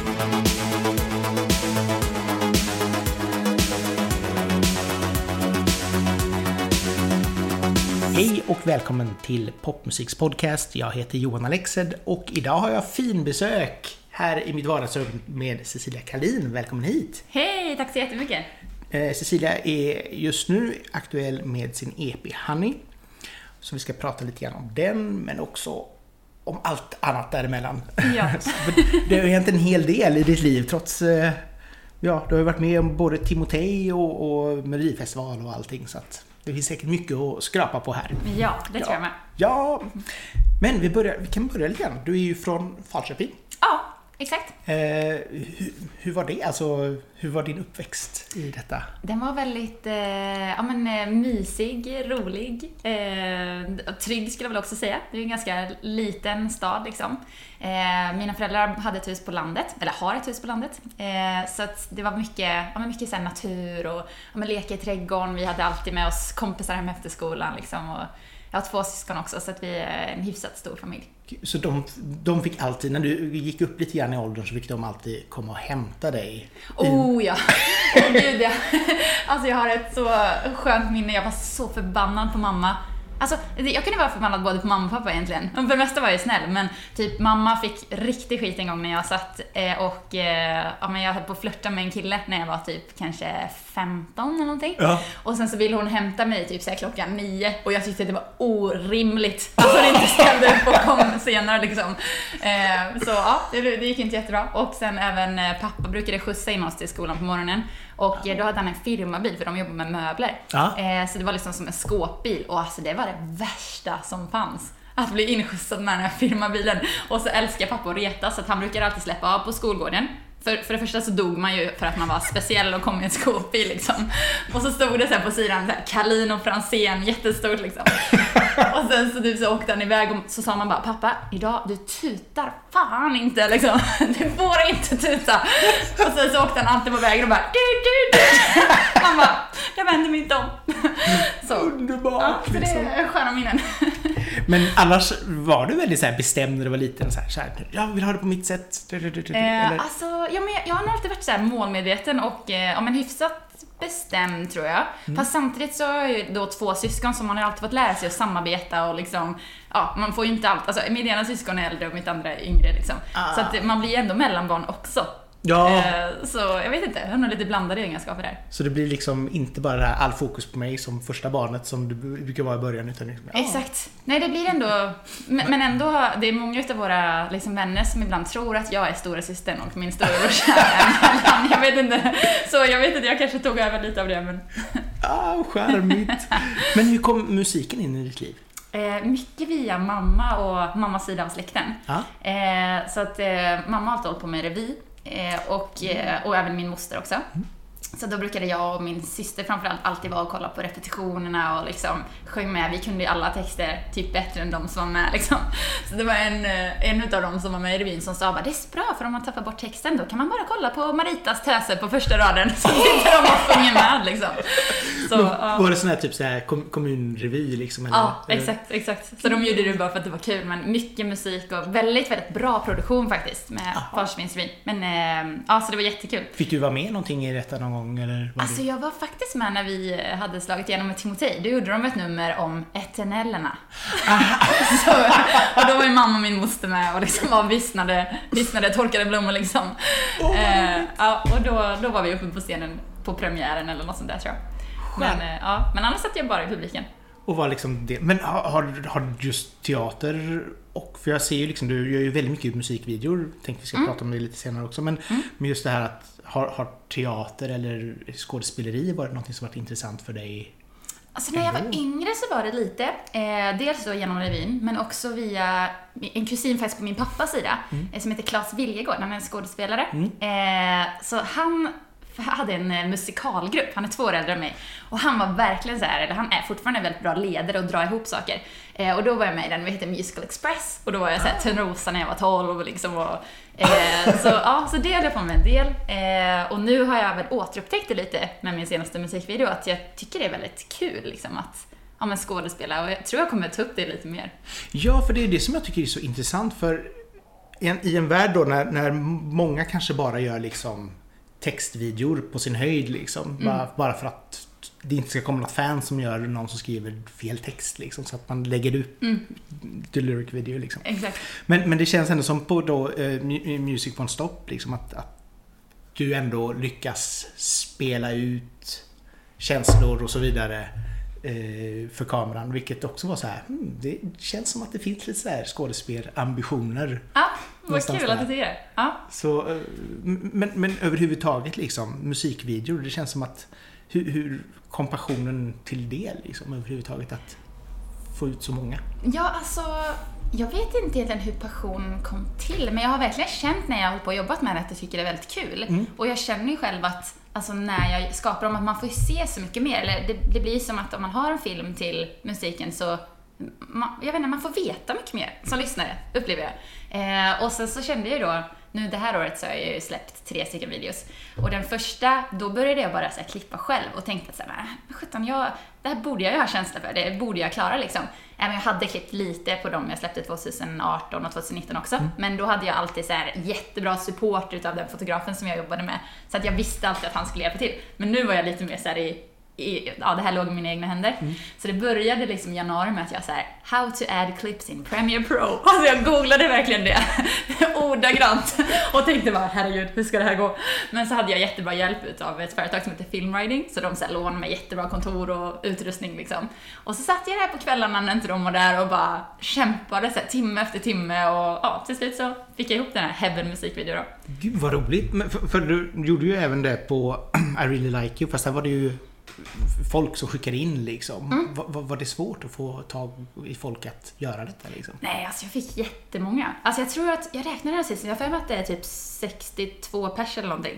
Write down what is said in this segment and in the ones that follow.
Hej och välkommen till Popmusiks podcast. Jag heter Johan Alexed och idag har jag fin besök här i mitt vardagsrum med Cecilia Karlin. Välkommen hit. Hej, tack så jättemycket. Cecilia är just nu aktuell med sin EP Honey. Så vi ska prata lite grann om den, men också om allt annat däremellan. Ja. Det har hänt en hel del i ditt liv trots... Ja, du har varit med om både Timotej och Melodifestival och allting, så att det finns säkert mycket att skrapa på här. Ja, det tror jag med. Ja, men vi kan börja lite grann. Du är ju från Falköping. Ja, exakt. Hur var det? Alltså, hur var din uppväxt i detta? Den var väldigt mysig, rolig, trygg skulle jag väl också säga. Det är en ganska liten stad liksom. Mina föräldrar hade ett hus på landet, eller har ett hus på landet. Så att det var mycket så här natur och leka i trädgården. Vi hade alltid med oss kompisar hem efter skolan liksom, och jag har 2 syskon också, så att vi är en hyfsat stor familj. Så de fick alltid, när du gick upp lite grann i åldern, så fick de alltid komma och hämta dig? Ja. Gud, ja. Alltså jag har ett så skönt minne. Jag var så förbannad på mamma. Alltså, jag kunde vara förbannad både på mamma och pappa egentligen. För det mesta var jag snäll, men typ mamma fick riktig skit en gång när jag satt jag höll på att flirta med en kille när jag var typ kanske 15 eller någonting. Ja. Och sen så ville hon hämta mig typ så här klockan 9 och jag tyckte det var orimligt. Alltså det inte ställde upp och kom senare liksom. Så ja, det gick inte jättebra. Och sen även pappa brukade skjutsa in oss till skolan på morgonen. Och då hade han en firmabil, för de jobbar med möbler. Så det var liksom som en skåpbil. Och alltså det var det värsta som fanns, att bli inskjutsad med den här firmabilen. Och så älskar pappa att reta, så att han brukar alltid släppa av på skolgården. För det första så dog man ju för att man var speciell och kom i en skåpbil liksom. Och så stod det så här på sidan så här, Karlin och Franzén, jättestort liksom. Och sen så typ så åkte han iväg och så sa man bara: pappa, idag du tutar fan inte liksom. Du får inte tuta. Och sen så åkte han alltid på vägen och bara du. Man bara, jag vänder mig inte om. Så underbart. Ja, så det är sköna minnen. Men annars var du väldigt så här bestämd när du var liten, så här, jag vill ha det på mitt sätt. Alltså, jag har nog alltid varit så här målmedveten och hyfsat bestämd, tror jag. Fast samtidigt så är ju då 2 syskon som man har alltid fått lära sig att samarbeta och liksom, ja, man får ju inte allt. Alltså mitt ena syskon är äldre och mitt andra är yngre liksom. Så att man blir ändå mellanbarn också. Ja. Så jag vet inte, jag har nog lite blandade egenskaper där. Så det blir liksom inte bara det här all fokus på mig som första barnet som det brukar vara i början, utan liksom, Exakt. Nej, det blir ändå, men ändå, det är många av våra liksom vänner som ibland tror att jag är stora systern och min storebrorsa är jag vet inte. Så jag vet inte, jag kanske tog över lite av det, men charmigt. Men hur kom musiken in i ditt liv? Mycket via mamma och mammas sida av släkten. Så att mamma har alltid hållit på med revy. Och även min moster också. Så då brukade jag och min syster framförallt alltid vara och kolla på repetitionerna och liksom sjöng med. Vi kunde ju alla texter typ bättre än de som var med liksom. Så det var en av dem som var med i revyn som sa bara: det är bra, för om man tappar bort texten då kan man bara kolla på Maritas töser på första raden, så sitter de och sjunger med liksom. Så, var det sån här typ så här kommunrevy liksom? Eller? Ja, exakt. Så de gjorde det bara för att det var kul, men mycket musik och väldigt, väldigt bra produktion faktiskt med Falköpingsrevyn. Men så det var jättekul. Fick du vara med någonting i detta någon gång? Eller alltså jag var faktiskt med när vi hade slagit igenom med Timotej. Då gjorde de ett nummer om eternellerna. Och då var ju mamma och min moster med och liksom bara vissnade torkade blommor liksom. Och då var vi uppe på scenen på premiären eller något sånt där, tror jag. Men annars satt jag bara i publiken. Och var liksom det. Men har just teater, och för jag ser ju liksom, du gör ju väldigt mycket musikvideor, tänkte vi ska prata om det lite senare också, men just det här att har teater eller skådespeleri varit något som varit intressant för dig? Alltså när jag var yngre så var det lite, dels då genom revyn, men också via en kusin faktiskt på min pappas sida, som heter Claes Viljegård, han är en skådespelare. Så han hade en musikalgrupp, han är 2 år äldre än mig, och han var verkligen så här, eller han är fortfarande väldigt bra ledare och dra ihop saker. Och då var jag med i den, vi heter Musical Express, och då var jag så här Törnrosa när jag var 12 liksom, och så det höll jag på med en del. Och nu har jag väl återupptäckt det lite med min senaste musikvideo, att jag tycker det är väldigt kul liksom, att skådespela, och jag tror jag kommer ta upp det lite mer. Ja, för det är det som jag tycker är så intressant, för i en värld då när många kanske bara gör liksom textvideor på sin höjd liksom. Bara för att det inte ska komma något fan som gör någon som skriver fel text liksom, så att man lägger ut the lyric video liksom. Exakt. Men det känns ändå som på då Music Won't Stop liksom att du ändå lyckas spela ut känslor och så vidare för kameran, vilket också var så här, det känns som att det finns lite så här skådespelambitioner. Ja, vad kul att du tycker det. Ja. Så, men överhuvudtaget liksom musikvideor, det känns som att hur kom passionen till det liksom överhuvudtaget att få ut så många? Ja, alltså jag vet inte egentligen hur passion kom till, men jag har verkligen känt när jag har hållit på och jobbat med det att jag tycker det är väldigt kul. Och jag känner ju själv att alltså, när jag skapar dem att man får se så mycket mer. Eller det blir som att om man har en film till musiken så jag vet inte, man får veta mycket mer som lyssnare, upplever jag. Och sen så kände jag då, nu det här året så har jag ju släppt 3 stycken videos. Och den första, då började jag bara så här, klippa själv och tänkte så här, det här borde jag ju ha känsla för, det borde jag klara liksom. Jag hade klippt lite på dem jag släppte 2018 och 2019 också. Men då hade jag alltid så här jättebra support utav den fotografen som jag jobbade med. Så att jag visste alltid att han skulle hjälpa till. Men nu var jag lite mer så här det här låg i mina egna händer. Så det började liksom i januari med att jag så här, how to add clips in Premiere Pro. Alltså jag googlade verkligen det ordagrant och tänkte bara, herregud, hur ska det här gå? Men så hade jag jättebra hjälp av ett företag som heter Filmwriting, så de så här lånade mig jättebra kontor och utrustning liksom. Och så satt jag där på kvällarna när inte de var där och bara kämpade så här, timme efter timme och till slut så fick jag ihop den här Heaven musikvideo då. Gud vad roligt, men för du gjorde ju även det på I Really Like You, fast där var det ju folk som skickar in liksom. Var det svårt att få tag i folk att göra detta liksom? Nej, alltså jag fick jättemånga. Alltså jag tror att, jag räknade det sist, jag får att det är typ 62 pers eller någonting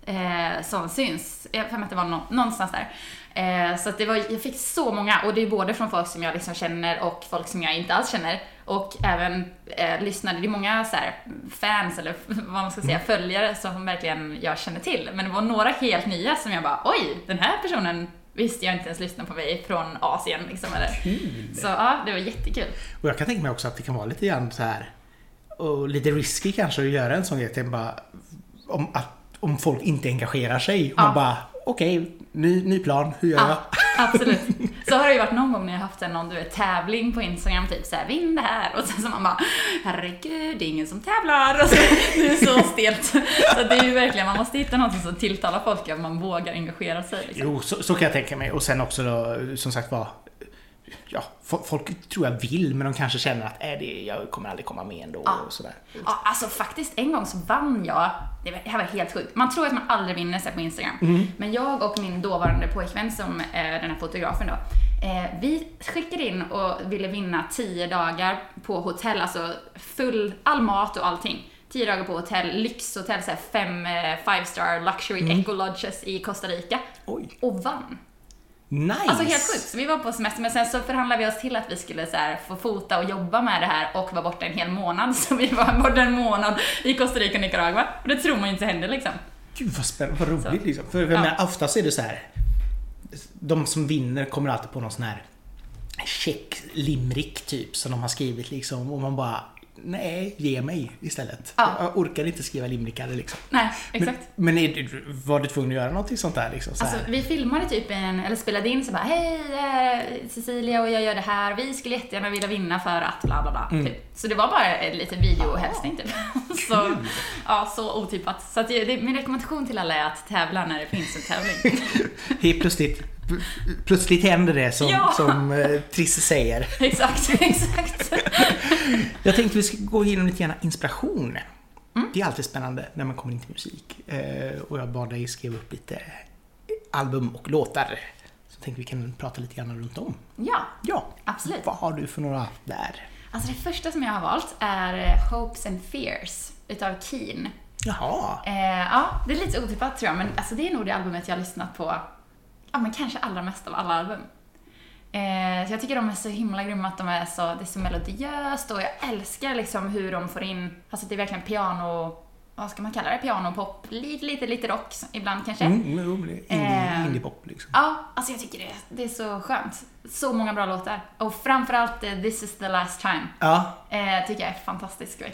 som syns. Jag får att det var någonstans där. Så att jag fick så många, och det är både från folk som jag liksom känner och folk som jag inte alls känner. Och även lyssnare, det är många så här, fans eller vad man ska säga, följare som verkligen jag känner till. Men det var några helt nya som jag bara, oj, den här personen visste jag inte ens lyssna på mig från Asien liksom, eller. Så ja, det var jättekul. Och jag kan tänka mig också att det kan vara lite grann så här, och lite risky kanske att göra en sån grej, bara om folk inte engagerar sig och man bara, okej, ny plan, hur gör jag? Absolut. Så har det ju varit någon gång när jag haft någon tävling på Instagram, typ så här, vinn det här, och sen så man bara, herregud, det är ingen som tävlar, och så, det är så stelt. Så det är ju verkligen, man måste hitta något som tilltalar folk, att man vågar engagera sig liksom. Jo, så kan jag tänka mig. Och sen också då, som sagt var, ja, folk tror jag vill, men de kanske känner att jag kommer aldrig komma med ändå och sådär. Ja, alltså faktiskt en gång så vann jag. Det här var helt sjukt. Man tror att man aldrig vinner sig på Instagram. Men jag och min dåvarande pojkvän som den här fotografen då, vi skickade in och ville vinna 10 dagar på hotell, alltså all mat och allting. 10 dagar på hotell, lyxhotell, så här 5 5-star luxury eco lodges i Costa Rica. Oj. Och vann. Nice. Alltså helt sjukt. Så vi var på semester, men sen så förhandlade vi oss till att vi skulle så här få fota och jobba med det här och vara borta en hel månad. Så vi var borta en månad i Costa Rica och Nicaragua. Och det tror man ju inte händer liksom. Gud vad spännande, vad roligt liksom. För men oftast är det så här, de som vinner kommer alltid på någon sån här check limerick typ som de har skrivit liksom, och man bara, nej, ge mig istället. Jag orkar inte skriva limerickar liksom. Nej, exakt. Men var du tvungen att göra något sånt där liksom? Så alltså, vi filmade typ eller spelade in så bara, hej, Cecilia och jag gör det här. Vi skulle jättegärna vilja vinna för att bla bla bla. Typ. Så det var bara lite videohälsning typ. Så, så otippat. Så att min rekommendation till alla är att tävla när det finns en tävling. Helt plötsligt händer det som Trisse säger. Exakt. Jag tänkte vi ska gå igenom lite grann inspiration. Det är alltid spännande när man kommer in till musik. Och jag bad dig skriva upp lite album och låtar. Så tänkte vi kan prata lite grann runt om. Ja, absolut. Vad har du för några där? Alltså det första som jag har valt är Hopes and Fears utav Keen. Jaha. Det är lite otippat tror jag, men alltså, det är nog det albumet jag har lyssnat på men kanske allra mest av alla album. Så jag tycker de är så himla grymma, att det är så melodiöst, och jag älskar liksom hur de får in, alltså det är verkligen piano, vad ska man kalla det, pianopop, lite rock ibland kanske. Indie-pop liksom. Ja, alltså jag tycker det är så skönt. Så många bra låtar. Och framförallt This is the last time. Ja. Tycker jag är fantastisk verkligen.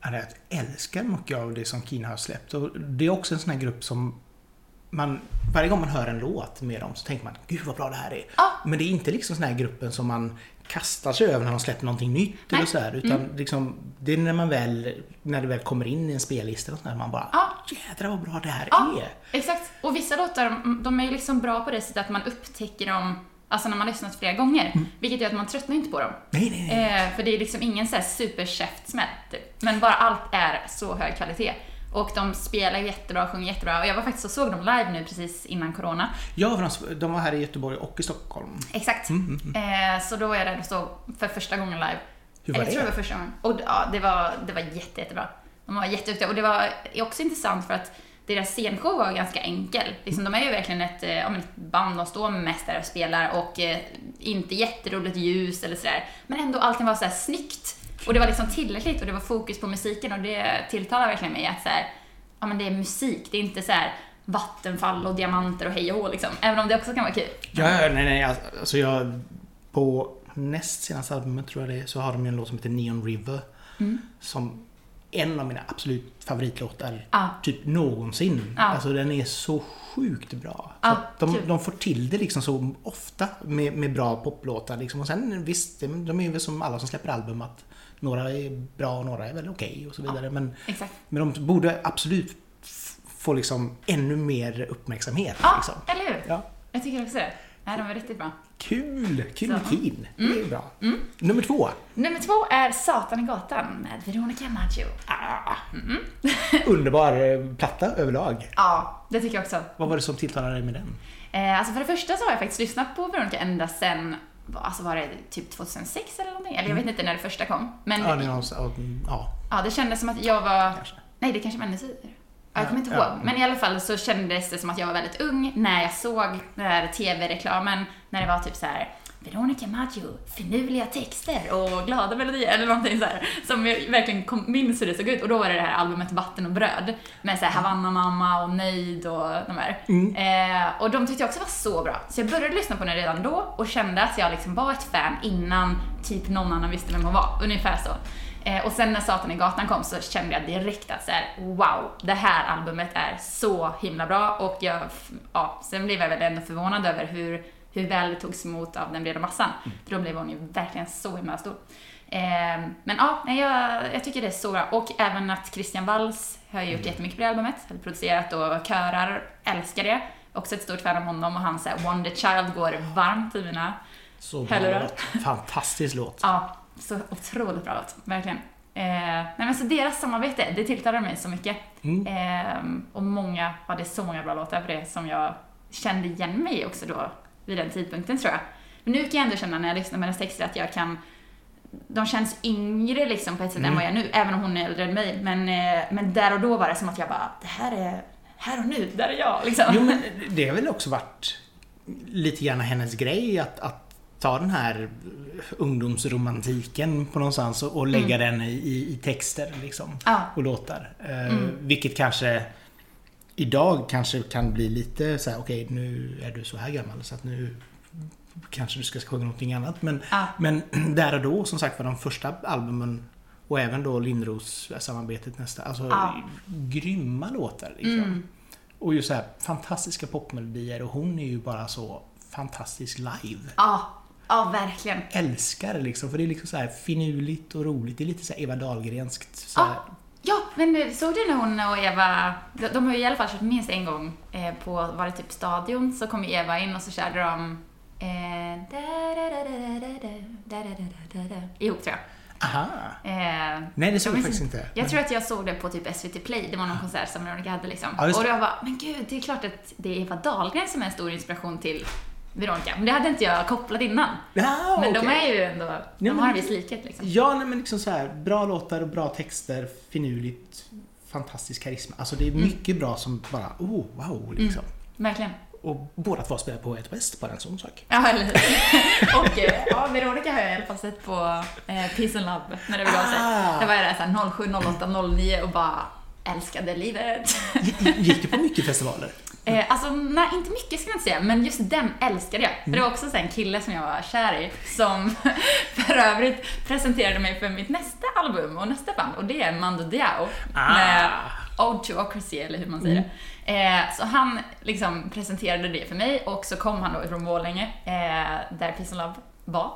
Jag älskar mycket av det som Kina har släppt. Och det är också en sån här grupp som varje gång man hör en låt med dem så tänker man, gud vad bra det här är. Men det är inte liksom sån här gruppen som man kastar sig över när de släpper någonting nytt eller så här, utan liksom, det är när det väl kommer in i en spellista och sådär, man bara, jädrar vad bra det här är. Exakt, och vissa låtar, de är ju liksom bra på det sättet att man upptäcker dem, alltså när man lyssnat flera gånger, vilket gör att man tröttnar inte på dem. Nej. För det är liksom ingen så här superkäftsmäll typ. Men bara allt är så hög kvalitet. Och de spelar jättebra, sjunger jättebra. Och jag var faktiskt och såg dem live nu precis innan corona. Ja, för de var här i Göteborg och i Stockholm. Exakt. Så då var jag där och såg för första gången live. Hur var det? Jag tror det var första gången. Och ja, det var jättebra. De var jätteduktiga. Och det var också intressant för att deras scenshow var ganska enkel. Liksom, de är ju verkligen ett band, de står mest där och spelar. Och inte jätteroligt ljus eller sådär. Men ändå allting var så här snyggt. Och det var liksom tillräckligt och det var fokus på musiken och det tilltalar verkligen mig att så här, ja men det är musik, det är inte så här vattenfall och diamanter och hej och hå liksom, även om det också kan vara kul. Nej, alltså jag på näst senaste albumet tror jag det är, så har de en låt som heter Neon River som en av mina absolut favoritlåtar typ någonsin. Alltså den är så sjukt bra. De får till det liksom så ofta med bra poplåtar liksom. Och sen visst, de är ju som alla som släpper album att några är bra och några är väl okej och så vidare. Men de borde absolut få liksom ännu mer uppmärksamhet. Ja, liksom. Eller hur? Ja. Jag tycker också det. Nej, de var riktigt bra. Kul med Keen. Det är bra. Nummer 2. Nummer 2 är Satan i gatan med Veronica Maggio. Underbar platta överlag. Ja, det tycker jag också. Vad var det som tilltalade dig med den? Alltså för det första så har jag faktiskt lyssnat på Veronica ända sen, alltså var det typ 2006 eller någonting? Eller jag vet inte när det första kom. Men det kändes som att jag var... Kanske. Nej, det kanske var ännu tidigare. Jag kommer inte ihåg. Men i alla fall så kändes det som att jag var väldigt ung när jag såg den här tv-reklamen. När det var typ så här: Veronica Maggio, finurliga texter och glada melodier eller någonting så här, som jag verkligen minns hur det såg ut. Och då var det här albumet Vatten och bröd med så här Havanna mamma och Nöjd och de här. Och de tyckte jag också var så bra. Så jag började lyssna på den redan då och kände att jag liksom var ett fan innan typ någon annan visste vem hon var. Ungefär så. Och sen när Satan i gatan kom så kände jag direkt att så här, wow, det här albumet är så himla bra. Och sen blev jag väl ändå förvånad över hur väl det togs emot av den breda massan. För då blev hon ju verkligen så himla stor. Men jag tycker det är så bra. Och även att Christian Walls har gjort jättemycket på det albumet. Har producerat och körar, älskar det. Också ett stort fan av honom och hans Wonder Child går varmt i mina hörlurar. Fantastisk låt. Ja, så otroligt bra låt, verkligen. Men så deras samarbete, det tilltalar mig så mycket. Och det är så många bra låtar på det som jag kände igen mig också då vid den tidpunkten, tror jag. Men nu kan jag ändå känna när jag lyssnar med hennes texter att de känns yngre liksom på ett sätt än vad jag är nu, även om hon är äldre än mig. Men där och då var det som att jag bara, det här är här och nu, där är jag liksom. Jo, men det har väl också varit lite grann hennes grej att ta den här ungdomsromantiken på någonstans och lägga den i texter liksom, och låtar. Vilket kanske idag kanske kan bli lite så här: okej, nu är du så här gammal så att nu kanske du ska sjunga någonting annat. Men där och då, som sagt, var de första albumen och även då Lindros samarbetet nästa, alltså grymma låtar liksom. Och ju så här fantastiska popmelodier, och hon är ju bara så fantastisk live. Ja, verkligen. Älskar det liksom, för det är liksom så här finurligt och roligt. Det är lite så här Eva Dahlgrenskt så här. Ja, men såg du när hon och Eva, de har ju i alla fall kört minst en gång på, var det typ Stadion, så kom ju Eva in och så körde de ihop, tror jag. Aha. Nej, det såg jag faktiskt inte. Jag tror att jag såg det på typ SVT Play. Det var någon konsert som Veronica hade liksom. Ja, och jag bara, men gud, det är klart att det är Eva Dahlgren som är en stor inspiration till Veronica. Men det hade inte jag kopplat innan. Men de är ju ändå, har en viss likhet liksom. Ja, men liksom så här, bra låtar och bra texter, finurligt, fantastisk karisma. Alltså det är mycket bra som bara, wow liksom. Verkligen. Och båda två spelar på ett West, bara en sån sak. Ja, eller hur? Och Veronica har jag i alla fall sett på Peace and Love när det begav sig. Det var jag där 07, 08, 09 och bara älskade livet. Gick du på mycket festivaler? Alltså, nej, inte mycket ska jag inte säga, men just den älskade jag. För det var också så en kille som jag var kär i, som för övrigt presenterade mig för mitt nästa album och nästa band, och det är Mando Diao med Ode to Ocracy, eller hur man säger det. Så han liksom presenterade det för mig, och så kom han då från Borlänge, där Peace and Love var.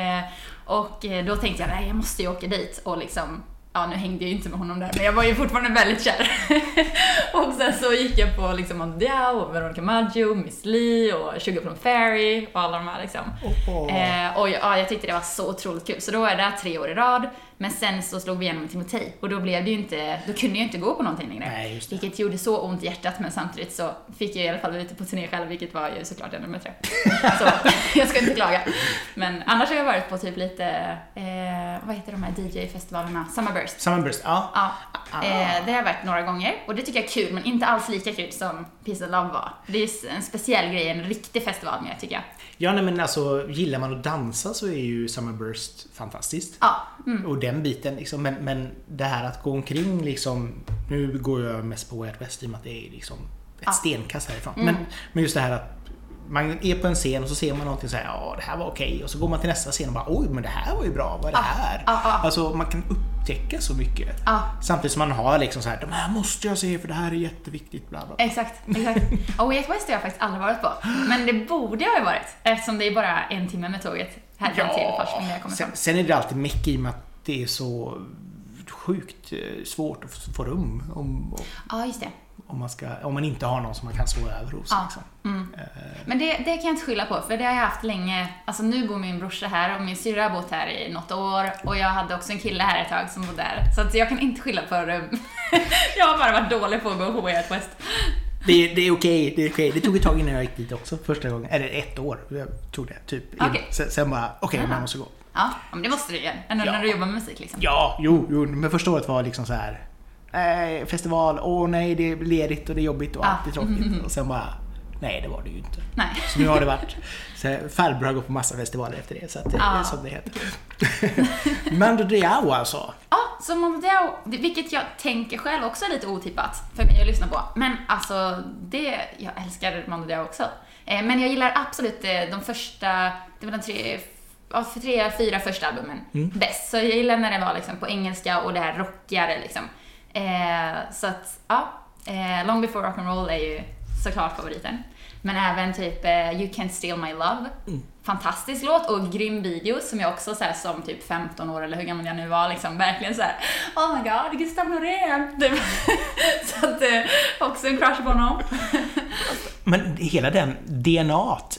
Och då tänkte jag, nej, jag måste ju åka dit och liksom, ja, nu hängde jag ju inte med honom där, men jag var ju fortfarande väldigt kär. Och sen så gick jag på liksom Mando Diao och Veronica Maggio, Miss Li och Sugar Plum Fairy och alla de här liksom. Och jag tyckte det var så otroligt kul. Så då var jag där 3 år i rad. Men sen så slog vi igenom med Timotej, och då blev det ju inte, då kunde jag inte gå på någonting längre. Nej, just det. Vilket gjorde så ont i hjärtat, men samtidigt så fick jag i alla fall lite på turné själv, vilket var ju såklart ännu bättre. Så jag ska inte klaga. Men annars har jag varit på typ lite, vad heter de här DJ-festivalerna? Summerburst, ja. Det har jag varit några gånger, och det tycker jag är kul, men inte alls lika kul som Peace and Love var. Det är en speciell grej, en riktig festival med, tycker jag. Ja, nej, men alltså, gillar man att dansa så är ju Summerburst fantastiskt. Ja. Och den biten liksom, men det här att gå omkring liksom, nu går jag mest på Way Out West i och med att det är liksom ett stenkast härifrån. Men just det här att man är på en scen och så ser man någonting så här, ja, det här var okej. Och så går man till nästa scen och bara, oj, men det här var ju bra, vad är det här? Alltså, man kan upptäcka så mycket. Samtidigt som man har liksom så här, de här måste jag se för det här är jätteviktigt, bla bla. Exakt. Och Way Out West har jag faktiskt aldrig varit på. Men det borde jag ju varit, eftersom det är bara 1 timme med tåget härifrån till forskning när jag kommer fram. Sen är det alltid mycket i och med att det är så sjukt svårt att få rum just det. Om man inte har någon som man kan sova över hos. Liksom. Men det kan jag inte skylla på, för det har jag haft länge. Alltså, nu bor min brorsa här och min syrra har bott här i något år, och jag hade också en kille här ett tag som bodde där. Så att jag kan inte skylla på det. Jag har bara varit dålig på att gå på Way Out West. Det är okej. Det tog ett tag innan jag gick dit också första gången. Eller 1 år jag tog det typ. Sen bara, man måste gå. Ja, men det måste du ju. Ändå när du jobbar med musik liksom. Ja, jo, men första året var liksom så här, festival, nej, det är ledigt och det är jobbigt och allt är tråkigt. Och sen bara, nej, det var det ju inte. Nej. Så nu har det varit, så farbror har gått på massa festivaler efter det, så att det är som det heter. Mando Diao alltså. Ja, så Mando Diao, vilket jag tänker själv också är lite otippat för mig att lyssna på. Men alltså, jag älskar Mando Diao också. Men jag gillar absolut de första, det var de 3-4 första albumen bäst. Så jag gillar när det var liksom på engelska och det här rockigare liksom. Så att, Long Before Rock and Roll är ju såklart favoriten. Men även typ You Can't Steal My Love. Fantastisk låt och grym video som jag också så här, som typ 15 år eller hur gammal jag nu var liksom, verkligen så här, oh my god, Gustav Norén. Så att också en crush på honom. Men hela den DNAt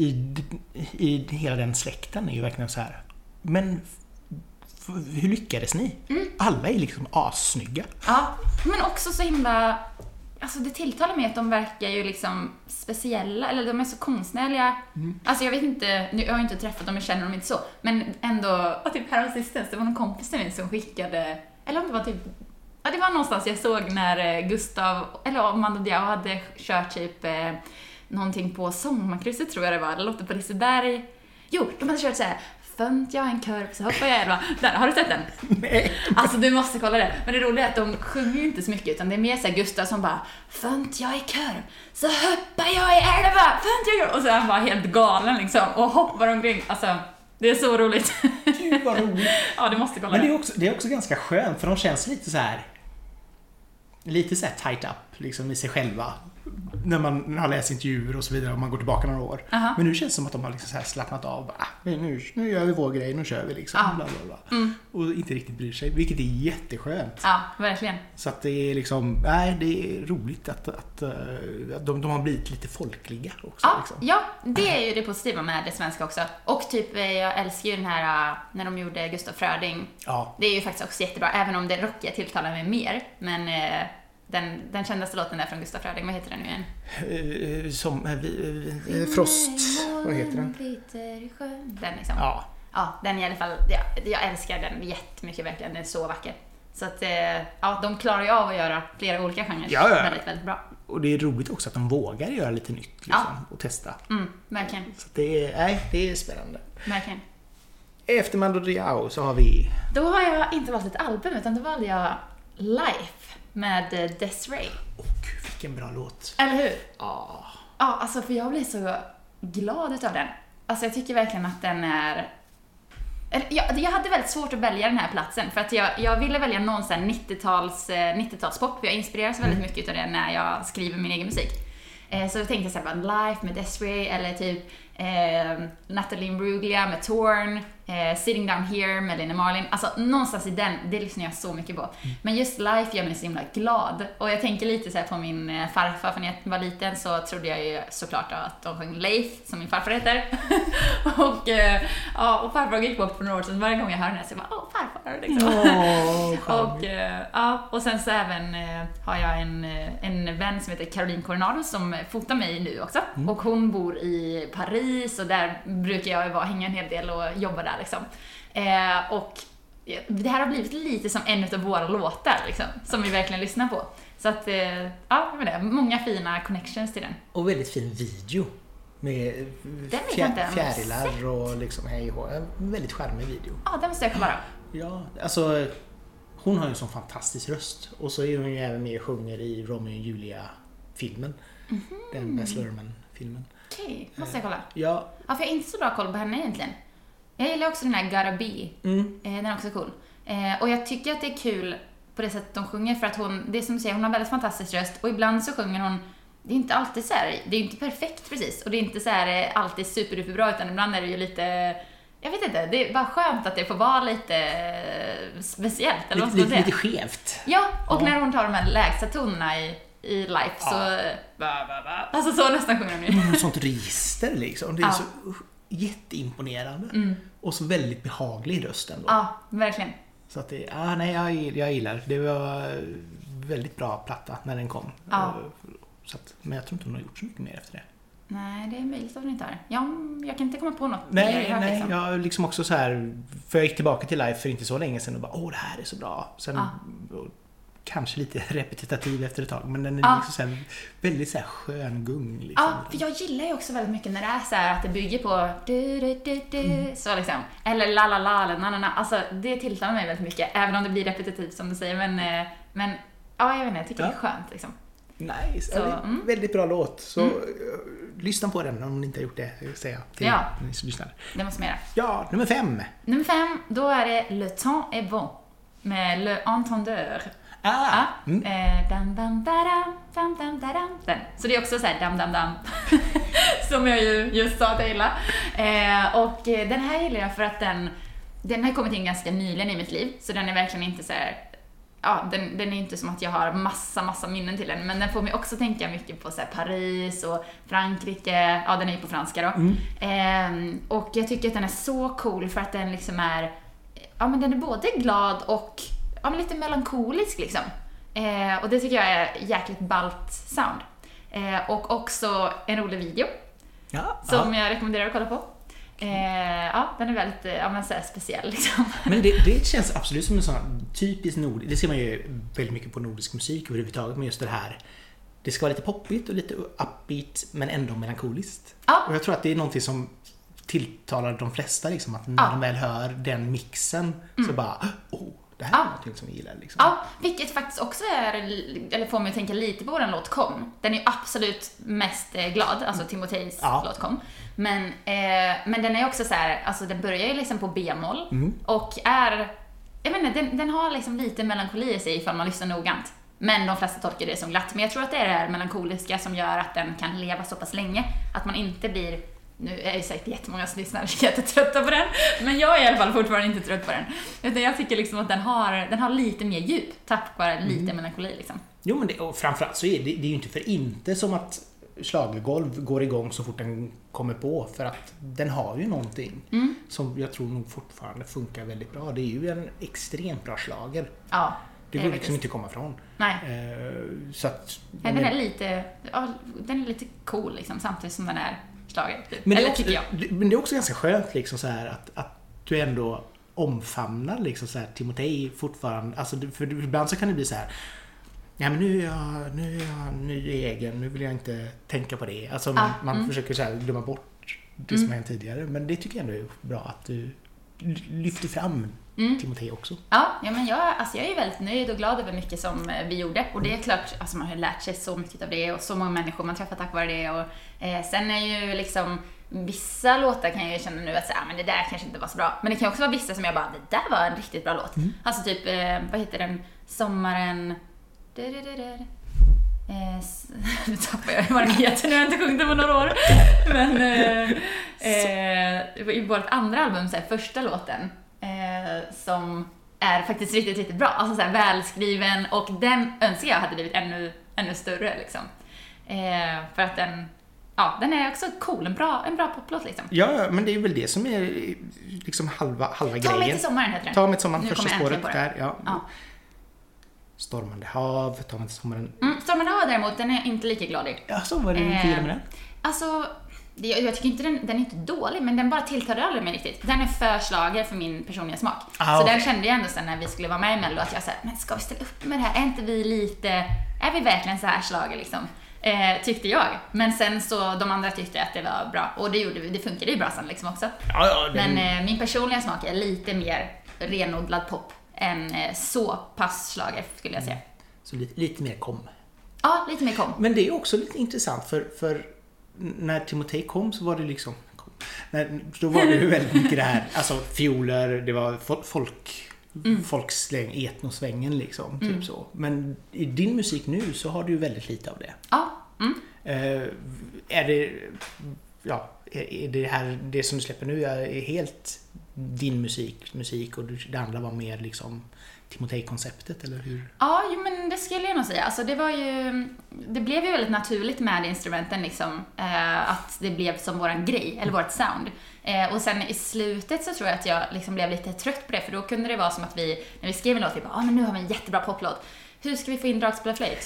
i hela den släkten är ju verkligen så här. Men hur lyckades ni? Alla är liksom assnygga. Ja, men också så himla, alltså det tilltalar mig att de verkar ju liksom speciella, eller de är så konstnärliga. Alltså jag vet inte, jag har inte träffat dem, jag känner dem inte så, men ändå, typ häromsistens, det var någon kompis till mig som skickade, eller om det var typ, det var någonstans jag såg när Gustav, eller Mando Diao hade kört typ någonting på Sommarkrysset, tror jag det var, eller Lotte på Liseberg. Jo, de hade kört så här, fönt jag en kurv så hoppar jag älva. Där, har du sett den? Nej. Alltså du måste kolla det. Men det roliga är att de sjunger ju inte så mycket, utan det är mer så här Gustav som bara, fönt jag i kurv så hoppar jag i älva. Fönt jag. Och så är han bara helt galen liksom och hoppar omkring. Alltså det är så roligt. Gud vad roligt. Ja, du måste kolla. Men det är också ganska skönt, för de känns lite så här tight up liksom i sig själva. När man har läst intervjuer och så vidare och man går tillbaka några år. Men nu känns det som att de har liksom så här slappnat av. Nu gör vi vår grej, nu kör vi liksom. Bla, bla, bla. Och inte riktigt bryr sig, vilket är jätteskönt. Ja, verkligen. Så att det är liksom, det är roligt att de har blivit lite folkliga också. Ja, liksom. ja, det är ju det positiva med det svenska också. Och typ, jag älskar ju den här, när de gjorde Gustaf Fröding. Ja. Det är ju faktiskt också jättebra, även om det rockiga tilltalar mig mer. Men den kändaste låten där från Gustaf Fröding, vad heter den nu igen? Frost, vad heter den? Den liksom. Ja, den i alla fall, jag älskar den jättemycket verkligen, den är så vacker. Så att, de klarar ju av att göra flera olika genrer väldigt, väldigt bra. Och det är roligt också att de vågar göra lite nytt liksom, och testa. Verkligen. Så det är spännande. Verkligen. Efter Mando Diao så har vi... Då har jag inte valt ett album, utan då valde jag Life med Desiree. Gud, vilken bra låt. Eller hur? Ja. Ja, alltså för jag blir så glad utav den. Alltså jag tycker verkligen att den är... Jag hade väldigt svårt att välja den här platsen för att jag ville välja någon sån här 90-talspop. Jag inspireras väldigt mycket av det när jag skriver min egen musik. Så jag tänkte såhär, Life med Desiree eller typ Natalie Imbruglia med Torn, Sitting Down Here med Lena Marlin. Alltså någonstans i den, det lyssnar jag så mycket på. Men just Life gör mig så himla glad. Och jag tänker lite så här på min farfar, för när jag var liten så trodde jag ju såklart att de sjöng Leif, som min farfar heter. och farfar gick bort för några år sedan. Varje gång jag hör den här så jag bara, farfar liksom. Och sen så även har jag en vän som heter Caroline Coronado som fotar mig nu också. Och hon bor i Paris och där brukar jag hänga en hel del och jobba där liksom. Och det här har blivit lite som en av våra låtar liksom, som vi verkligen lyssnar på. Så att, jag vet inte, många fina connections till den. Och väldigt fin video. Med fjärilar och liksom hej och en väldigt charmig video. Ja, den måste jag kolla då. Ja, alltså hon har ju en sån fantastisk röst. Och så är hon ju även med och sjunger i Romeo och Julia-filmen. Den Baz Luhrmann-filmen. Okej, måste jag kolla. Ja, för jag har inte så bra koll på henne egentligen. Jag gillar också den här Gotta Be. Den är också cool. Och jag tycker att det är kul på det sättet de sjunger, för att det är som du säger, hon har väldigt fantastisk röst. Och ibland så sjunger hon, det är inte alltid så här, det är inte perfekt precis. Och det är inte så här alltid superduper bra, utan ibland är det ju lite, jag vet inte, det är bara skönt att det får vara lite speciellt. Eller lite skevt. Ja, och när hon tar de här lägsta tonerna i Life så alltså så nästan sjunger hon ju. Sånt register liksom. Det är så jätteimponerande. Och så väldigt behaglig rösten då. Ja, verkligen. Så att det, jag gillar. Det var väldigt bra platta när den kom. Så att, men jag tror inte hon har gjort så mycket mer efter det. Nej, det är möjligt att hon inte har. Jag kan inte komma på något. Nej, jag liksom också så här, för jag gick tillbaka till Live för inte så länge sedan och bara, det här är så bra. Sen kanske lite repetitiv efter ett tag, men den är liksom så här, väldigt så här skön gung liksom. Ja, för jag gillar ju också väldigt mycket när det är så här att det bygger på så liksom, eller la la la eller na. Alltså det tilltalar mig väldigt mycket, även om det blir repetitivt som du säger, men jag vet inte, jag tycker det är skönt liksom. Nice, så, väldigt bra låt. Så lyssna på den om ni inte har gjort det, säger jag till ni som lyssnar. Det måste man göra. Ja, nummer 5. Nummer 5, då är det Le Temps est bon med Le Entendeur. Den. Så det är också så här dam som jag ju just sa att jag gillar. Och den här gillar jag för att den har kommit in ganska nyligen i mitt liv, så den är verkligen inte så här, den är inte som att jag har massa minnen till den, men den får mig också tänka mycket på så här Paris och Frankrike. Den är ju på franska då. Och jag tycker att den är så cool för att den liksom är, men den är både glad och men lite melankolisk liksom. Och det tycker jag är jäkligt ballt sound. Och också en rolig video som jag rekommenderar att kolla på. Den är väldigt så här speciell liksom. Men det känns absolut som en sån typisk nordisk. Det ser man ju väldigt mycket på nordisk musik överhuvudtaget, men just det här, det ska vara lite poppigt och lite upbeat men ändå melankoliskt. Och jag tror att det är någonting som tilltalar de flesta liksom, att när de väl hör den mixen så bara det här är någonting som vi gillar liksom. Vilket faktiskt också är, eller får mig att tänka lite på den låt Kom. Den är absolut mest glad, alltså Timotejs låt Kom. Men den är också så här, alltså den börjar ju liksom på B-moll och är, jag vet inte, den har liksom lite melankoli i sig ifall man lyssnar noggrant. Men de flesta tolkar det som glatt. Men jag tror att det är det här melankoliska som gör att den kan leva så pass länge. Att man inte blir, nu är det säkert jättemånga som lyssnar som är jättetrötta på den, men jag är i alla fall fortfarande inte trött på den. Utan jag tycker liksom att den har lite mer djup, tack vare lite melankoli liksom. Jo, men och framförallt så är det är ju inte för inte som att schlagergolv går igång så fort den kommer på, för att den har ju någonting som jag tror nog fortfarande funkar väldigt bra. Det är ju en extremt bra schlager. Ja. Det går liksom inte komma från. Nej. Så att den är lite cool liksom, samtidigt som den är schlager. Men det är också ganska skönt liksom så här att du ändå omfamnar liksom så här Timotej fortfarande, alltså för ibland så kan det bli så här, ja men nu är jag ny egen, nu vill jag inte tänka på det. Alltså man försöker så här glömma bort det som har hänt tidigare, men det tycker jag ändå är bra att du lyfter fram Timotej också. Ja, men jag är ju väldigt nöjd och glad över mycket som vi gjorde. Och det är klart, alltså man har lärt sig så mycket av det och så många människor man träffar tack vare det. Och sen är ju liksom vissa låtar kan jag ju känna nu att men det där kanske inte var så bra. Men det kan också vara vissa som jag bara, det där var en riktigt bra låt. Alltså typ, vad heter den? Sommaren... Nu tappar jag vad den heter, nu har jag inte sjungit den på några år. Men i vårt andra album, så här, första låten som är faktiskt riktigt, riktigt bra. Alltså så här, välskriven, och den önskar jag hade blivit ännu större liksom. För att den är också cool, en bra poplåt liksom. Ja, men det är väl det som är liksom halva grejen. Ta mig till sommaren heter den. Ta mig till sommaren, nu första spåret där. Ja. Stormande hav, ta mig till sommaren. Stormande hav däremot, den är inte lika gladig. Ja, så var det inte gillar med den. Alltså, jag tycker inte den är inte dålig, men den bara tilltalade aldrig mig riktigt. Den är för slager för min personliga smak. Så den kände jag ändå sen när vi skulle vara med i Mello, att jag sa, men ska vi ställa upp med det här? Är vi verkligen så här slager liksom? Tyckte jag. Men sen så de andra tyckte att det var bra. Och det funkade ju bra sen liksom också. Men min personliga smak är lite mer renodlad pop än så pass slager, skulle jag säga. Så lite mer kom. Ja, lite mer kom. Men det är också lite intressant för när Timotej kom så var det liksom då var det ju väldigt mycket det här, alltså fioler, det var folksläng, etnosvängen liksom, typ så. Men i din musik nu så har du ju väldigt lite av det. Ja. Är det här, det som du släpper nu är helt din musik och det andra var mer liksom Timotej-konceptet, eller hur? Ja, men det skulle jag nog säga. Alltså det blev ju väldigt naturligt med instrumenten liksom, att det blev som våran grej, eller vårt sound. Och sen i slutet så tror jag att jag liksom blev lite trött på det, för då kunde det vara som att vi, när vi skrev en låt, vi bara, men nu har vi en jättebra poplåt. Hur ska vi få in Dragspelaflakes?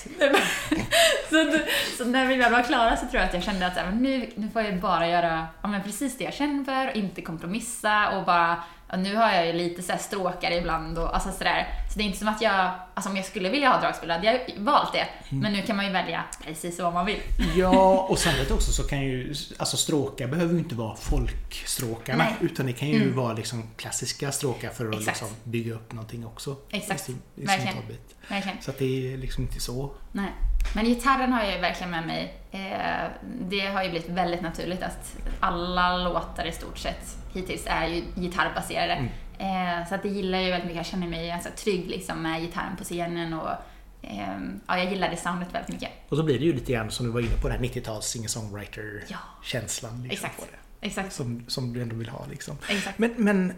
så när vi väl var klara så tror jag att jag kände att nu får jag bara göra precis det jag känner för och inte kompromissa, och bara, nu har jag ju lite så här stråkar ibland och alltså sådär. Så det är inte som att om jag skulle vilja ha dragspel hade jag valt det. Men nu kan man ju välja precis vad man vill. Ja, och samtidigt också så kan ju, alltså stråkar behöver ju inte vara folkstråkarna. Nej. Utan det kan ju vara liksom klassiska stråkar för att liksom bygga upp någonting också. Exakt, verkligen. Så att det är liksom inte så. Nej. Men gitarren har jag ju verkligen med mig. Det har ju blivit väldigt naturligt att alla låtar i stort sett hittills är ju gitarrbaserade. Så att det gillar jag ju väldigt mycket. Jag känner mig alltså trygg liksom med gitarren på scenen, och jag gillar det soundet väldigt mycket. Och så blir det ju lite grann som du var inne på, den här 90-tals singer-songwriter-känslan. Liksom, exakt. Som du ändå vill ha liksom. Exakt. Men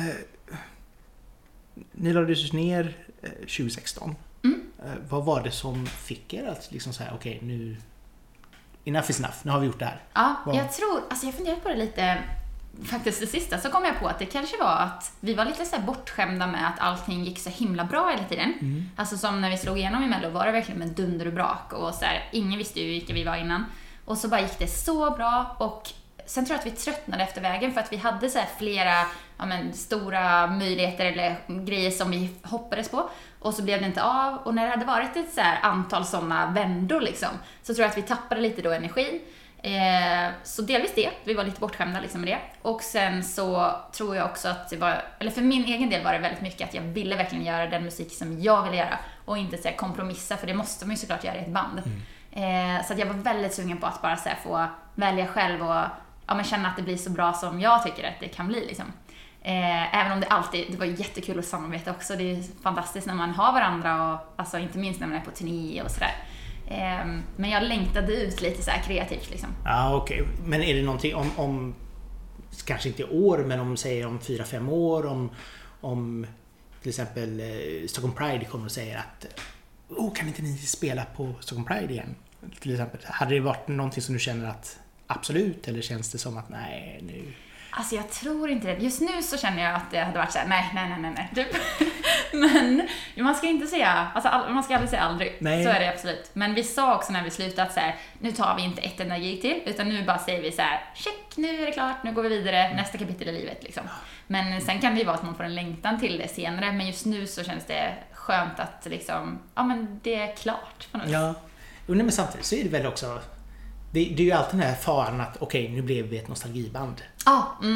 ni lades ner 2016. Vad var det som fick er att liksom säga, okej, nu enough is enough, nu har vi gjort det här? Ja, jag funderade på det lite faktiskt det sista, så kom jag på att det kanske var att vi var lite så här bortskämda med att allting gick så himla bra hela tiden. Alltså som när vi slog igenom i Mello var det verkligen med dunder och brak, och så här, ingen visste ju vilka vi var innan. Och så bara gick det så bra, och sen tror jag att vi tröttnade efter vägen, för att vi hade så här flera stora möjligheter eller grejer som vi hoppades på, och så blev det inte av. Och när det hade varit ett så här antal sådana vändor liksom, så tror jag att vi tappade lite då energin. Så delvis det, vi var lite bortskämda liksom med det. Och sen så tror jag också att det var, eller för min egen del var det väldigt mycket att jag ville verkligen göra den musik som jag ville göra, och inte så här kompromissa, för det måste man ju såklart göra i ett band. Så att jag var väldigt sugen på att bara så här få välja själv och känna att det blir så bra som jag tycker att det kan bli liksom. Även om det var jättekul att samarbeta också. Det är fantastiskt när man har varandra, och alltså inte minst när man är på turné och sådär. Men jag längtade ut lite så här kreativt liksom. Ja, okej. Men är det någonting om kanske inte i år, men om 4-5 år, om till exempel Stockholm Pride kommer och säger att kan inte ni spela på Stockholm Pride igen? Till exempel, hade det varit någonting som du känner att absolut, eller känns det som att nej nu? Alltså jag tror inte det. Just nu så känner jag att det hade varit så här, nej. Typ. Men man ska inte säga, alltså man ska aldrig säga aldrig. Nej. Så är det absolut. Men vi sa också när vi slutade att så här, nu tar vi inte ett enda gig till, utan nu bara säger vi så här, check, nu är det klart, nu går vi vidare, nästa kapitel i livet liksom. Men sen kan det ju vara att man får en längtan till det senare, men just nu så känns det skönt att liksom, men det är klart på något vis. Ja, men samtidigt så är det väl också, det är ju alltid den här faran att okej, nu blev vi ett nostalgiband.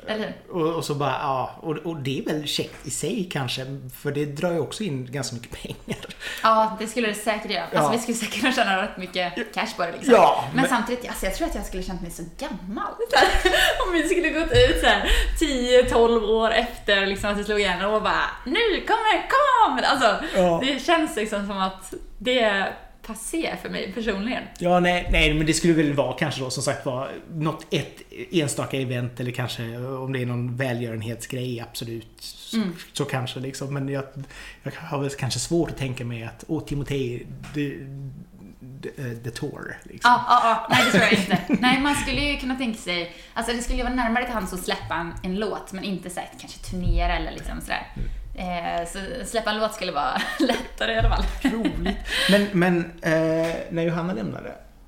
eller hur? Och så bara, ja, och det är väl käckt i sig kanske, för det drar ju också in ganska mycket pengar. Ja, det skulle det säkert göra. Alltså vi skulle säkert kunna tjäna rätt mycket cash på det liksom. Ja, men samtidigt, alltså, jag tror att jag skulle känt mig så gammal. Så här, om vi skulle gått ut så här 10-12 år efter liksom, att det slog igenom och bara, nu kom! Alltså, det känns liksom som att det är passé för mig personligen. Ja, nej, men det skulle väl vara kanske då som sagt var ett enstaka event eller kanske om det är någon välgörenhetsgrej, absolut. Så kanske liksom, men jag har väl kanske svårt att tänka mig att Timotej the tour liksom. Ja, nej det tror jag inte. Nej, man skulle ju kunna tänka sig, alltså det skulle ju vara närmare till hans att släppa en låt, men inte så här, kanske turnera eller liksom sådär. Så släppa en låt skulle vara lättare i alla fall. Roligt. Men när Johanna lämnade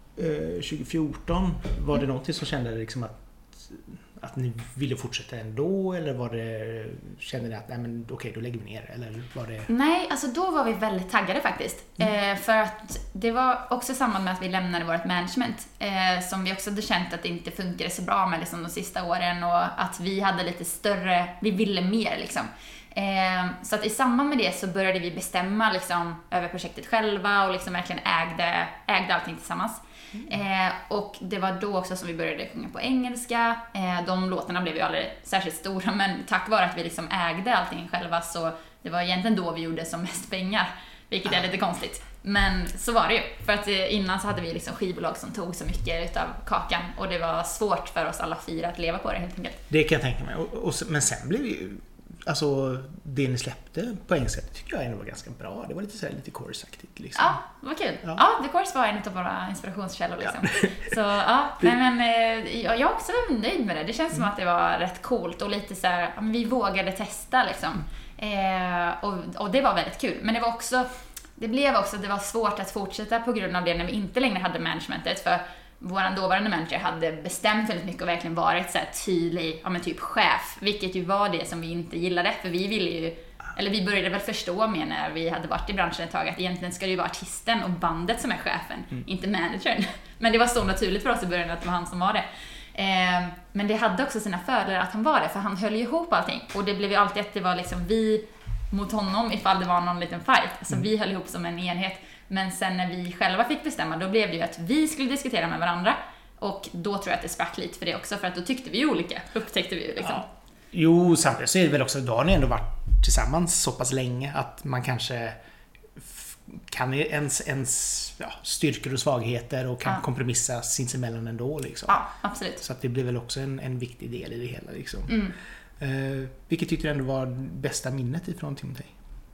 2014, var det någonting som kände liksom att ni ville fortsätta ändå, eller kände ni att nej men okej, då lägger vi ner, eller var det? Nej, alltså då var vi väldigt taggade faktiskt. För att det var också samband med att vi lämnade vårt management, som vi också hade känt att det inte funkade så bra med liksom de sista åren, och att vi hade lite större, vi ville mer liksom. Så att i samband med det så började vi bestämma liksom över projektet själva och liksom verkligen ägde allting tillsammans. Och det var då också som vi började sjunga på engelska. De låtarna blev ju aldrig särskilt stora, men tack vare att vi liksom ägde allting själva, så det var egentligen då vi gjorde som mest pengar, vilket är lite konstigt. Men så var det ju, för att innan så hade vi liksom skivbolag som tog så mycket utav kakan, och det var svårt för oss alla fyra att leva på det helt enkelt. Det kan jag tänka mig. Men sen blev det ju, alltså det ni släppte på engelska tycker jag ändå var ganska bra. Det var lite chorusaktigt liksom. Ja, det var kul. Ja, The Chorus var en av våra inspirationskällor liksom. Så ja, men jag är också nöjd med det. Det känns som att det var rätt coolt och lite så här, vi vågade testa liksom. Och det var väldigt kul. Men det var svårt att fortsätta på grund av det när vi inte längre hade managementet, för vår dåvarande manager hade bestämt väldigt mycket och verkligen varit så här tydlig, ja men typ chef, vilket ju var det som vi inte gillade, för vi ville ju, eller vi började väl förstå mer när vi hade varit i branschen ett tag, att egentligen ska det ju vara artisten och bandet som är chefen, inte managern. Men det var så naturligt för oss i början att det var han som var det. Men det hade också sina fördelar att han var det, för han höll ju ihop allting, och det blev ju alltid att det var liksom vi mot honom ifall det var någon liten fight, alltså vi höll ihop som en enhet. Men sen när vi själva fick bestämma, då blev det ju att vi skulle diskutera med varandra. Och då tror jag att det sprack lite för det också, för att då tyckte vi ju olika, upptäckte vi ju liksom. Ja. Jo, samtidigt så är det väl också, då har ni ändå varit tillsammans så pass länge att man kanske kan ens styrkor och svagheter och kan kompromissa sinsemellan ändå liksom. Ja, absolut. Så att det blir väl också en viktig del i det hela liksom. Vilket tyckte du ändå var bästa minnet ifrån Timotej?